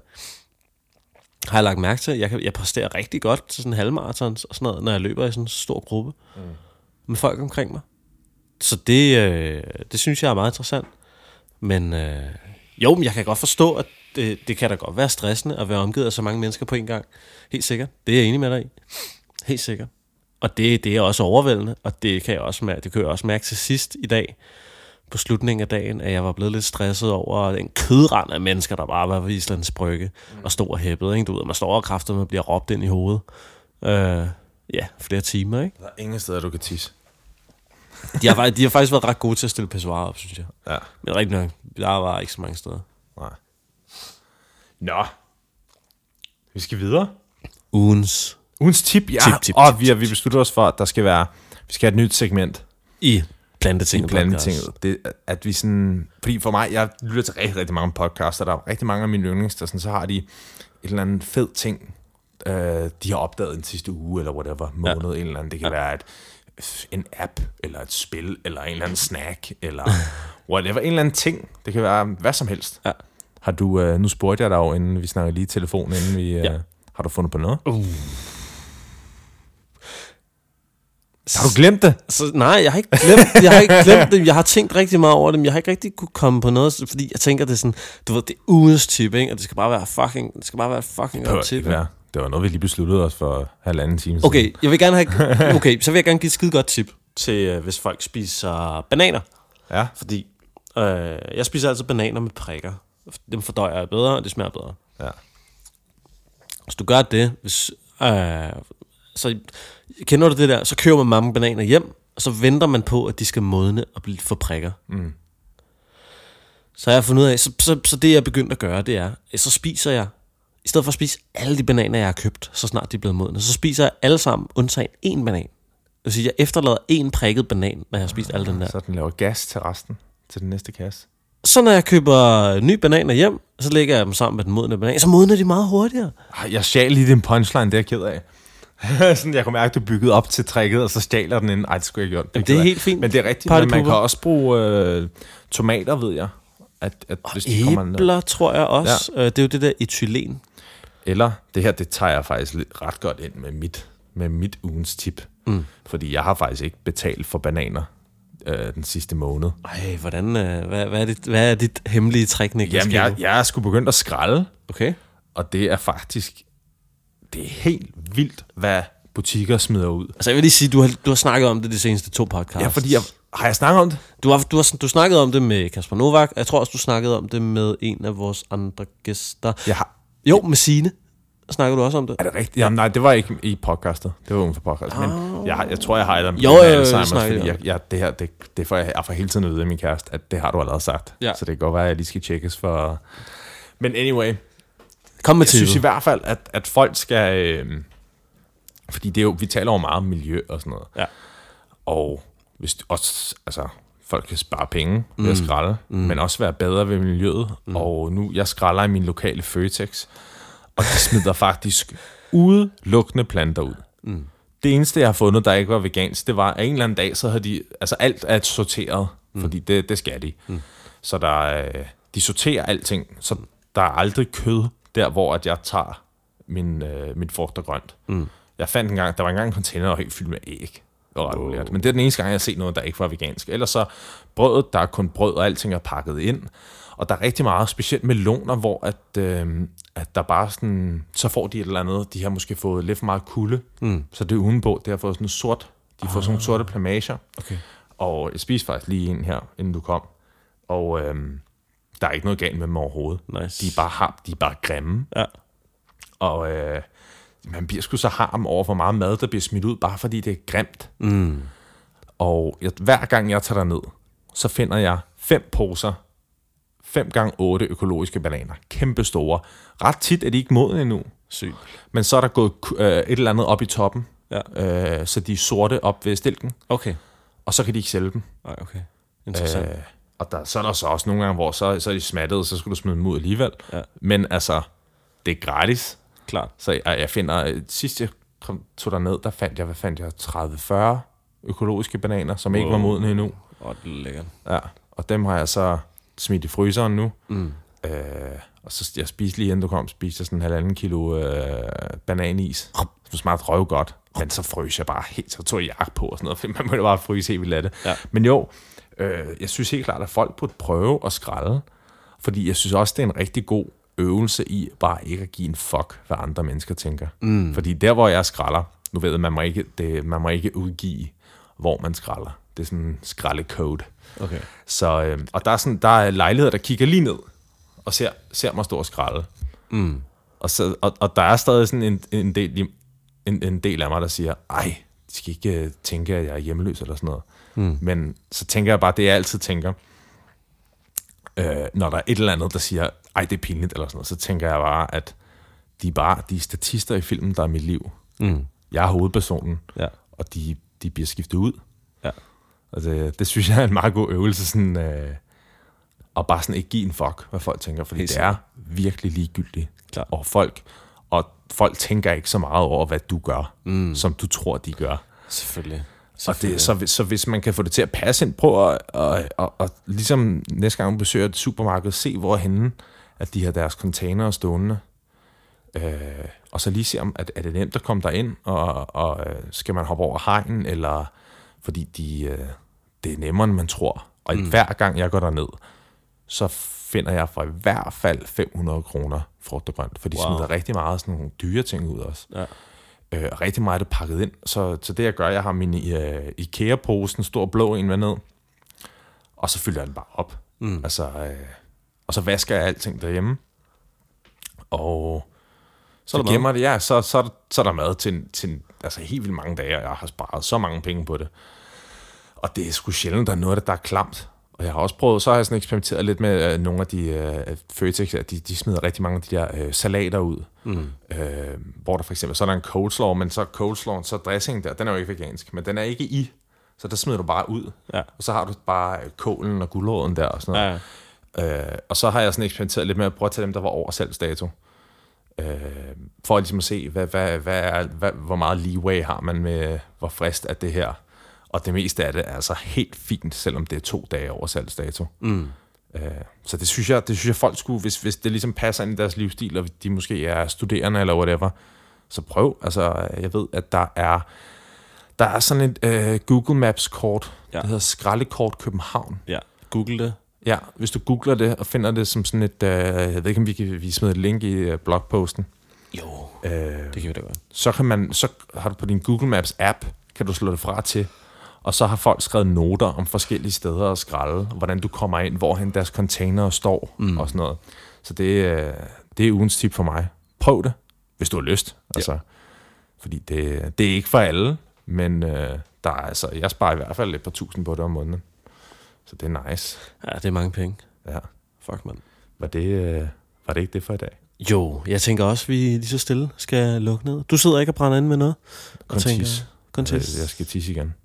Har jeg lagt mærke til, jeg, kan, jeg præsterer rigtig godt til sådan en halvmarathons og sådan noget, når jeg løber i sådan en stor gruppe mm. med folk omkring mig. Så det, øh, det synes jeg er meget interessant. Men øh, jo, men jeg kan godt forstå, at det, det kan da godt være stressende at være omgivet af så mange mennesker på en gang. Helt sikkert. Det er jeg enig med dig i. Helt sikkert. Og det, det er også overvældende, og det kan jeg også mærke, det kan jeg også mærke til sidst i dag, på slutningen af dagen, at jeg var blevet lidt stresset over den kødrand af mennesker, der bare var ved Islands Brygge og stod og hæppede. Ikke? Du ved, man står og kræfter med at blive råbt ind i hovedet. Øh, ja, flere timer, ikke? Der er ingen steder, du kan tisse. De har, de har faktisk været ret gode til at stille pissoirer op, synes jeg. Ja. Men rigtig nok, der var ikke så mange steder. Nej. Nå. Vi skal videre. Ugens. Ugens tip, ja. Tip, tip, og tip, vi har vi besluttet os for, at der skal være, vi skal have et nyt segment. I Plantetinget. I Plantetinget. Det, at vi sådan, fordi for mig, jeg lytter til rigtig, rigtig mange podcaster, der er rigtig mange af mine yndlings, der sådan, så har de et eller andet fed ting, øh, de har opdaget den sidste uge, eller whatever, måned, ja. En eller anden. Det kan ja. være et en app, eller et spil, eller en eller anden snack, eller whatever, en eller anden ting. Det kan være hvad som helst. Ja. Har du, øh, nu spurgte jeg dig jo, inden vi snakkede lige i telefonen, inden vi, øh, ja. Har du fundet på noget? Uh. Har du glemt det? Så, nej, jeg har ikke glemt det. Jeg har ikke glemt det. Jeg har tænkt rigtig meget over det, men jeg har ikke rigtig kunne komme på noget, fordi jeg tænker, det er sådan, du ved, det er ugens tip, ikke? Og det skal bare være fucking, det skal bare være fucking godt tip. Det var noget, vi lige besluttede os for halvanden time siden. Okay, jeg vil gerne have, okay, så vil jeg gerne give et skide godt tip til, hvis folk spiser bananer. Ja. Fordi øh, jeg spiser altid bananer med prikker. Dem fordøjer jeg bedre, og det smager bedre. Ja. Hvis du gør det, hvis, øh, så kender du det der, så køber man mange bananer hjem, og så venter man på, at de skal modne og blive for prikker. Mm. Så har jeg fundet ud af, så, så, så det jeg er begyndt at gøre, det er, så spiser jeg, i stedet for at spise alle de bananer, jeg har købt, så snart de er blevet modne, så spiser jeg alle sammen, undtagen én banan. Det vil sige, jeg efterlader én prikket banan, når jeg har spist alle den der. Så den laver gas til resten, til den næste kasse. Så når jeg køber nye bananer hjem, så lægger jeg dem sammen med den modne banan, så modner de meget hurtigere. Jeg stjal lige din punchline, det er jeg ked af. Sådan, jeg kunne mærke, at du byggede op til tricket, og så stjæler den ind. Ej, det skulle jeg gjort. Det, det er helt fint. Men det er rigtigt, men man kan også bruge øh, tomater, ved jeg. At, at, og hvis de æbler, tror jeg også. Ja. Det er jo det der etylen. Eller, det her, det tager jeg faktisk ret godt ind med mit, med mit ugens tip. Mm. Fordi jeg har faktisk ikke betalt for bananer øh, den sidste måned. Ej, hvordan, øh, hvad, hvad, er dit, hvad er dit hemmelige trick, Niklas? Jamen, jeg, jeg er sgu begyndt at skralde. Okay. Og det er faktisk, det er helt vildt, hvad butikker smider ud. Altså, jeg vil lige sige, du har, du har snakket om det de seneste to podcasts. Ja, fordi jeg, har jeg snakket om det? Du har, du har du snakket om det med Kasper Novak. Jeg tror også, du snakkede om det med en af vores andre gæster. Jeg har... Jo, med Signe. Snakker du også om det? Er det rigtigt? Jamen, nej, det var ikke i podcastet. Det var uden for podcastet. Oh. Men jeg, jeg tror, jeg har et af jo, jo, Alzheimer's, fordi jeg, jeg, det her, det, det får jeg, jeg får hele tiden at vide af min kæreste, at det har du allerede sagt. Ja. Så det kan godt være, at jeg lige skal tjekkes for... Men anyway, Kom med jeg til synes det. i hvert fald, at, at folk skal... Øh, fordi det er jo, vi taler jo meget om miljø og sådan noget. Ja. Og hvis også, altså, folk kan spare penge ved at Mm. skralde, mm. men også være bedre ved miljøet. Mm. Og nu, jeg skralder i min lokale Føtex, og de smider faktisk udelukkende planter ud. Mm. Det eneste, jeg har fundet, der ikke var vegansk, det var, at en eller anden dag, så havde de... Altså, alt er sorteret, mm. fordi det, det skal de. Mm. Så der, de sorterer alting, så der er aldrig kød der, hvor at jeg tager min, øh, min frugt og grønt. Mm. Jeg fandt en gang, der var engang en container, der var helt fyldt med æg. Det var ret oh. ulært. Men det er den eneste gang, jeg har set noget, der ikke var vegansk. Ellers så brødet, der er kun brød, og alting er pakket ind. Og der er rigtig meget, specielt meloner, hvor at, øh, at der bare sådan, så får de et eller andet, de har måske fået lidt for meget kulde, mm. så det er udenpå, det har fået sådan sort, de har ah. fået sådan nogle sorte plamager. Okay. Og jeg spiste faktisk lige en her, inden du kom, og øh, der er ikke noget galt med dem overhovedet. Nice. De er bare harm, de er bare grimme. Ja. Og øh, man bliver sgu så harm over, hvor meget mad, der bliver smidt ud, bare fordi det er grimt. Mm. Og jeg, hver gang jeg tager derned, så finder jeg fem poser, fem gange otte økologiske bananer. Kæmpe store. Ret tit er de ikke modne endnu. Sygt. Men så er der gået øh, et eller andet op i toppen, ja. øh, så de er sorte op ved stilken. Okay. Og så kan de ikke sælge dem. Nej, okay. Interessant. Øh, og der, så er der så også nogle gange, hvor så, så er de smattet, så skulle du smide dem ud alligevel. Ja. Men altså, det er gratis. Klart. Så jeg, jeg finder, sidst jeg kom, tog derned, der fandt jeg, hvad fandt jeg, tredive fyrre økologiske bananer, som wow. ikke var modne endnu. Åh, oh, det er lækkert. Ja, og dem har jeg så smidt i fryseren nu. Mm. Øh, og så jeg spiste lige inden du kom, spiste jeg sådan en halvanden kilo øh, bananis. Det smagte røv godt, men så frøs jeg bare helt, så tog jeg jakke på og sådan noget, for man må bare fryse helt vildt af det. Ja. Men jo, øh, jeg synes helt klart, at folk burde prøve at skralde, fordi jeg synes også, det er en rigtig god øvelse i bare ikke at give en fuck, hvad andre mennesker tænker. Mm. Fordi der, hvor jeg skralder, nu ved jeg, man må ikke, det, man må ikke udgive, hvor man skralder. Det er sådan en skraldekode. Okay. Så, øh, og der er, sådan, der er lejligheder, der kigger lige ned og ser, ser mig stå og skralde. Mm. Og, så, og, og der er stadig sådan en, en, del, en, en del af mig, der siger, ej, de skal ikke tænke, at jeg er hjemløs eller sådan noget. Mm. Men så tænker jeg bare, det jeg altid tænker, øh, når der er et eller andet, der siger, ej, det er pinligt eller sådan noget, så tænker jeg bare, at de er bare de er statister i filmen, der er mit liv. Mm. Jeg er hovedpersonen, ja. Og de, de bliver skiftet ud. Ja. Og det, det synes jeg er en meget god øvelse, sådan, øh, at bare sådan ikke give en fuck, hvad folk tænker, fordi det er virkelig ligegyldigt. Klar. Og folk, og folk tænker ikke så meget over, hvad du gør, mm. som du tror, de gør. Selvfølgelig. Og det, så, så hvis man kan få det til at passe ind, prøv at, at, at, at ligesom næste gang du besøger et supermarked, se hvorhenne, at de har deres container stående. Øh, og så lige se, om at, er det nemt at komme derind, og, og skal man hoppe over hegnen, eller fordi de, øh, det er nemmere, end man tror. Og mm. hver gang jeg går derned, så finder jeg for i hvert fald fem hundrede kroner frugt og grønt, for de wow. smider rigtig meget sådan nogle dyre ting ud også. Ja. Øh, rigtig meget er det pakket ind. Så, så det jeg gør, jeg har min uh, IKEA-pose, en stor blå en med ned, og så fylder jeg den bare op. Mm. Altså, øh, og så vasker jeg alting derhjemme, og så, så gemmer det, ja, så, så, så er der mad til, til altså helt vildt mange dage, og jeg har sparet så mange penge på det. Og det er sgu sjældent, der er noget af det, der er klamt. Og jeg har også prøvet, så har jeg sådan eksperimenteret lidt med uh, nogle af de uh, Føtex, de, de smider rigtig mange af de der uh, salater ud. Mm. Uh, hvor der for eksempel, så er der en coleslaw, men så coleslawen, så dressingen der, den er jo ikke vegansk, men den er ikke i, så der smider du bare ud. Ja. Og så har du bare kålen og guleroden der og sådan noget. Ja, ja. Øh, og så har jeg sådan eksperimenteret lidt med at prøve at tage dem, der var over salgsdato. Øh, for ligesom at se, hvad, hvad, hvad er, hvad, hvor meget leeway har man med, hvor frist er det her. Og det meste af det er altså helt fint, selvom det er to dage over salgsdato. Mm. Øh, så det synes jeg, det synes jeg folk skulle, hvis, hvis det ligesom passer ind i deres livsstil, og de måske er studerende eller whatever, så prøv. Altså, jeg ved, at der er, der er sådan et øh, Google Maps-kort, ja. Der hedder Skraldekort København. Ja, google det. Ja, hvis du googler det og finder det som sådan et, øh, jeg ved ikke, om vi kan vi smider et link i uh, blogposten. Jo, øh, det kan vi da godt. Så kan man, så har du på din Google Maps app, kan du slå det fra til, og så har folk skrevet noter om forskellige steder at skralde, hvordan du kommer ind, hvorhen deres container står, mm. og sådan noget. Så det, øh, det er ugens tip for mig. Prøv det, hvis du har lyst. Altså, ja. Fordi det, det er ikke for alle, men øh, der er, altså, jeg sparer i hvert fald et par tusind på det om måneden. Så det er nice. Ja, det er mange penge. Ja. Fuck, mand. Var det, øh, var det ikke det for i dag? Jo, jeg tænker også, at vi lige så stille skal lukke ned. Du sidder ikke og brænder ind med noget? Kun tis. Kun tis. Jeg, jeg skal tisse igen.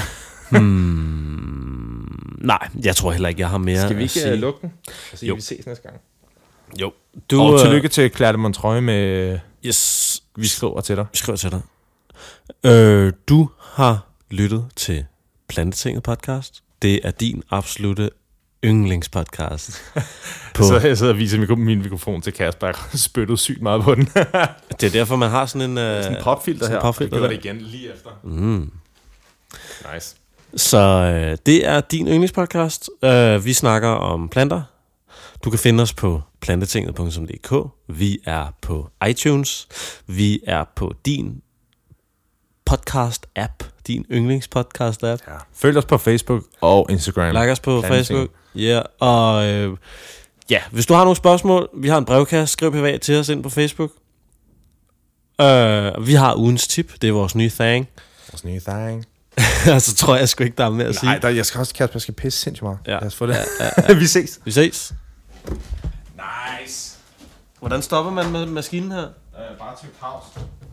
hmm, nej, jeg tror heller ikke, jeg har mere skal vi ikke at lukke den? Altså, jo. Vi ses næste gang. Jo. Du, og tillykke til Claire de Montreuil med... Yes. Vi skriver til dig. Vi skriver til dig. Øh, du har lyttet til Plantetinget podcast. Det er din absolutte yndlingspodcast. På så jeg sidder og viser min mikrofon til Kasper, jeg har spyttet sygt meget på den. Det er derfor, man har sådan en... Uh, sådan en popfilter sådan her. Popfilter vi gør det igen lige efter. Mm. Nice. Så uh, det er din yndlingspodcast. Uh, vi snakker om planter. Du kan finde os på plantetinget punktum d k. Vi er på iTunes. Vi er på din podcast-app. Din yndlingspodcast-app. Ja. Følg os på Facebook og Instagram. Like os på Facebook. Ja, yeah. Og øh, ja, hvis du har nogle spørgsmål, vi har en brevkasse, skriv privat til os ind på Facebook. Uh, vi har ugens tip, det er vores nye thing. Vores nye thing. Og så tror jeg sgu ikke, der er mere at sige. Nej, der, jeg skal også, Kasper, jeg skal pisse sindssygt meget. Ja. Lad os få det. Ja, ja, ja. Vi ses. Vi ses. Nice. Hvordan stopper man med maskinen her? Uh, bare tryk pause.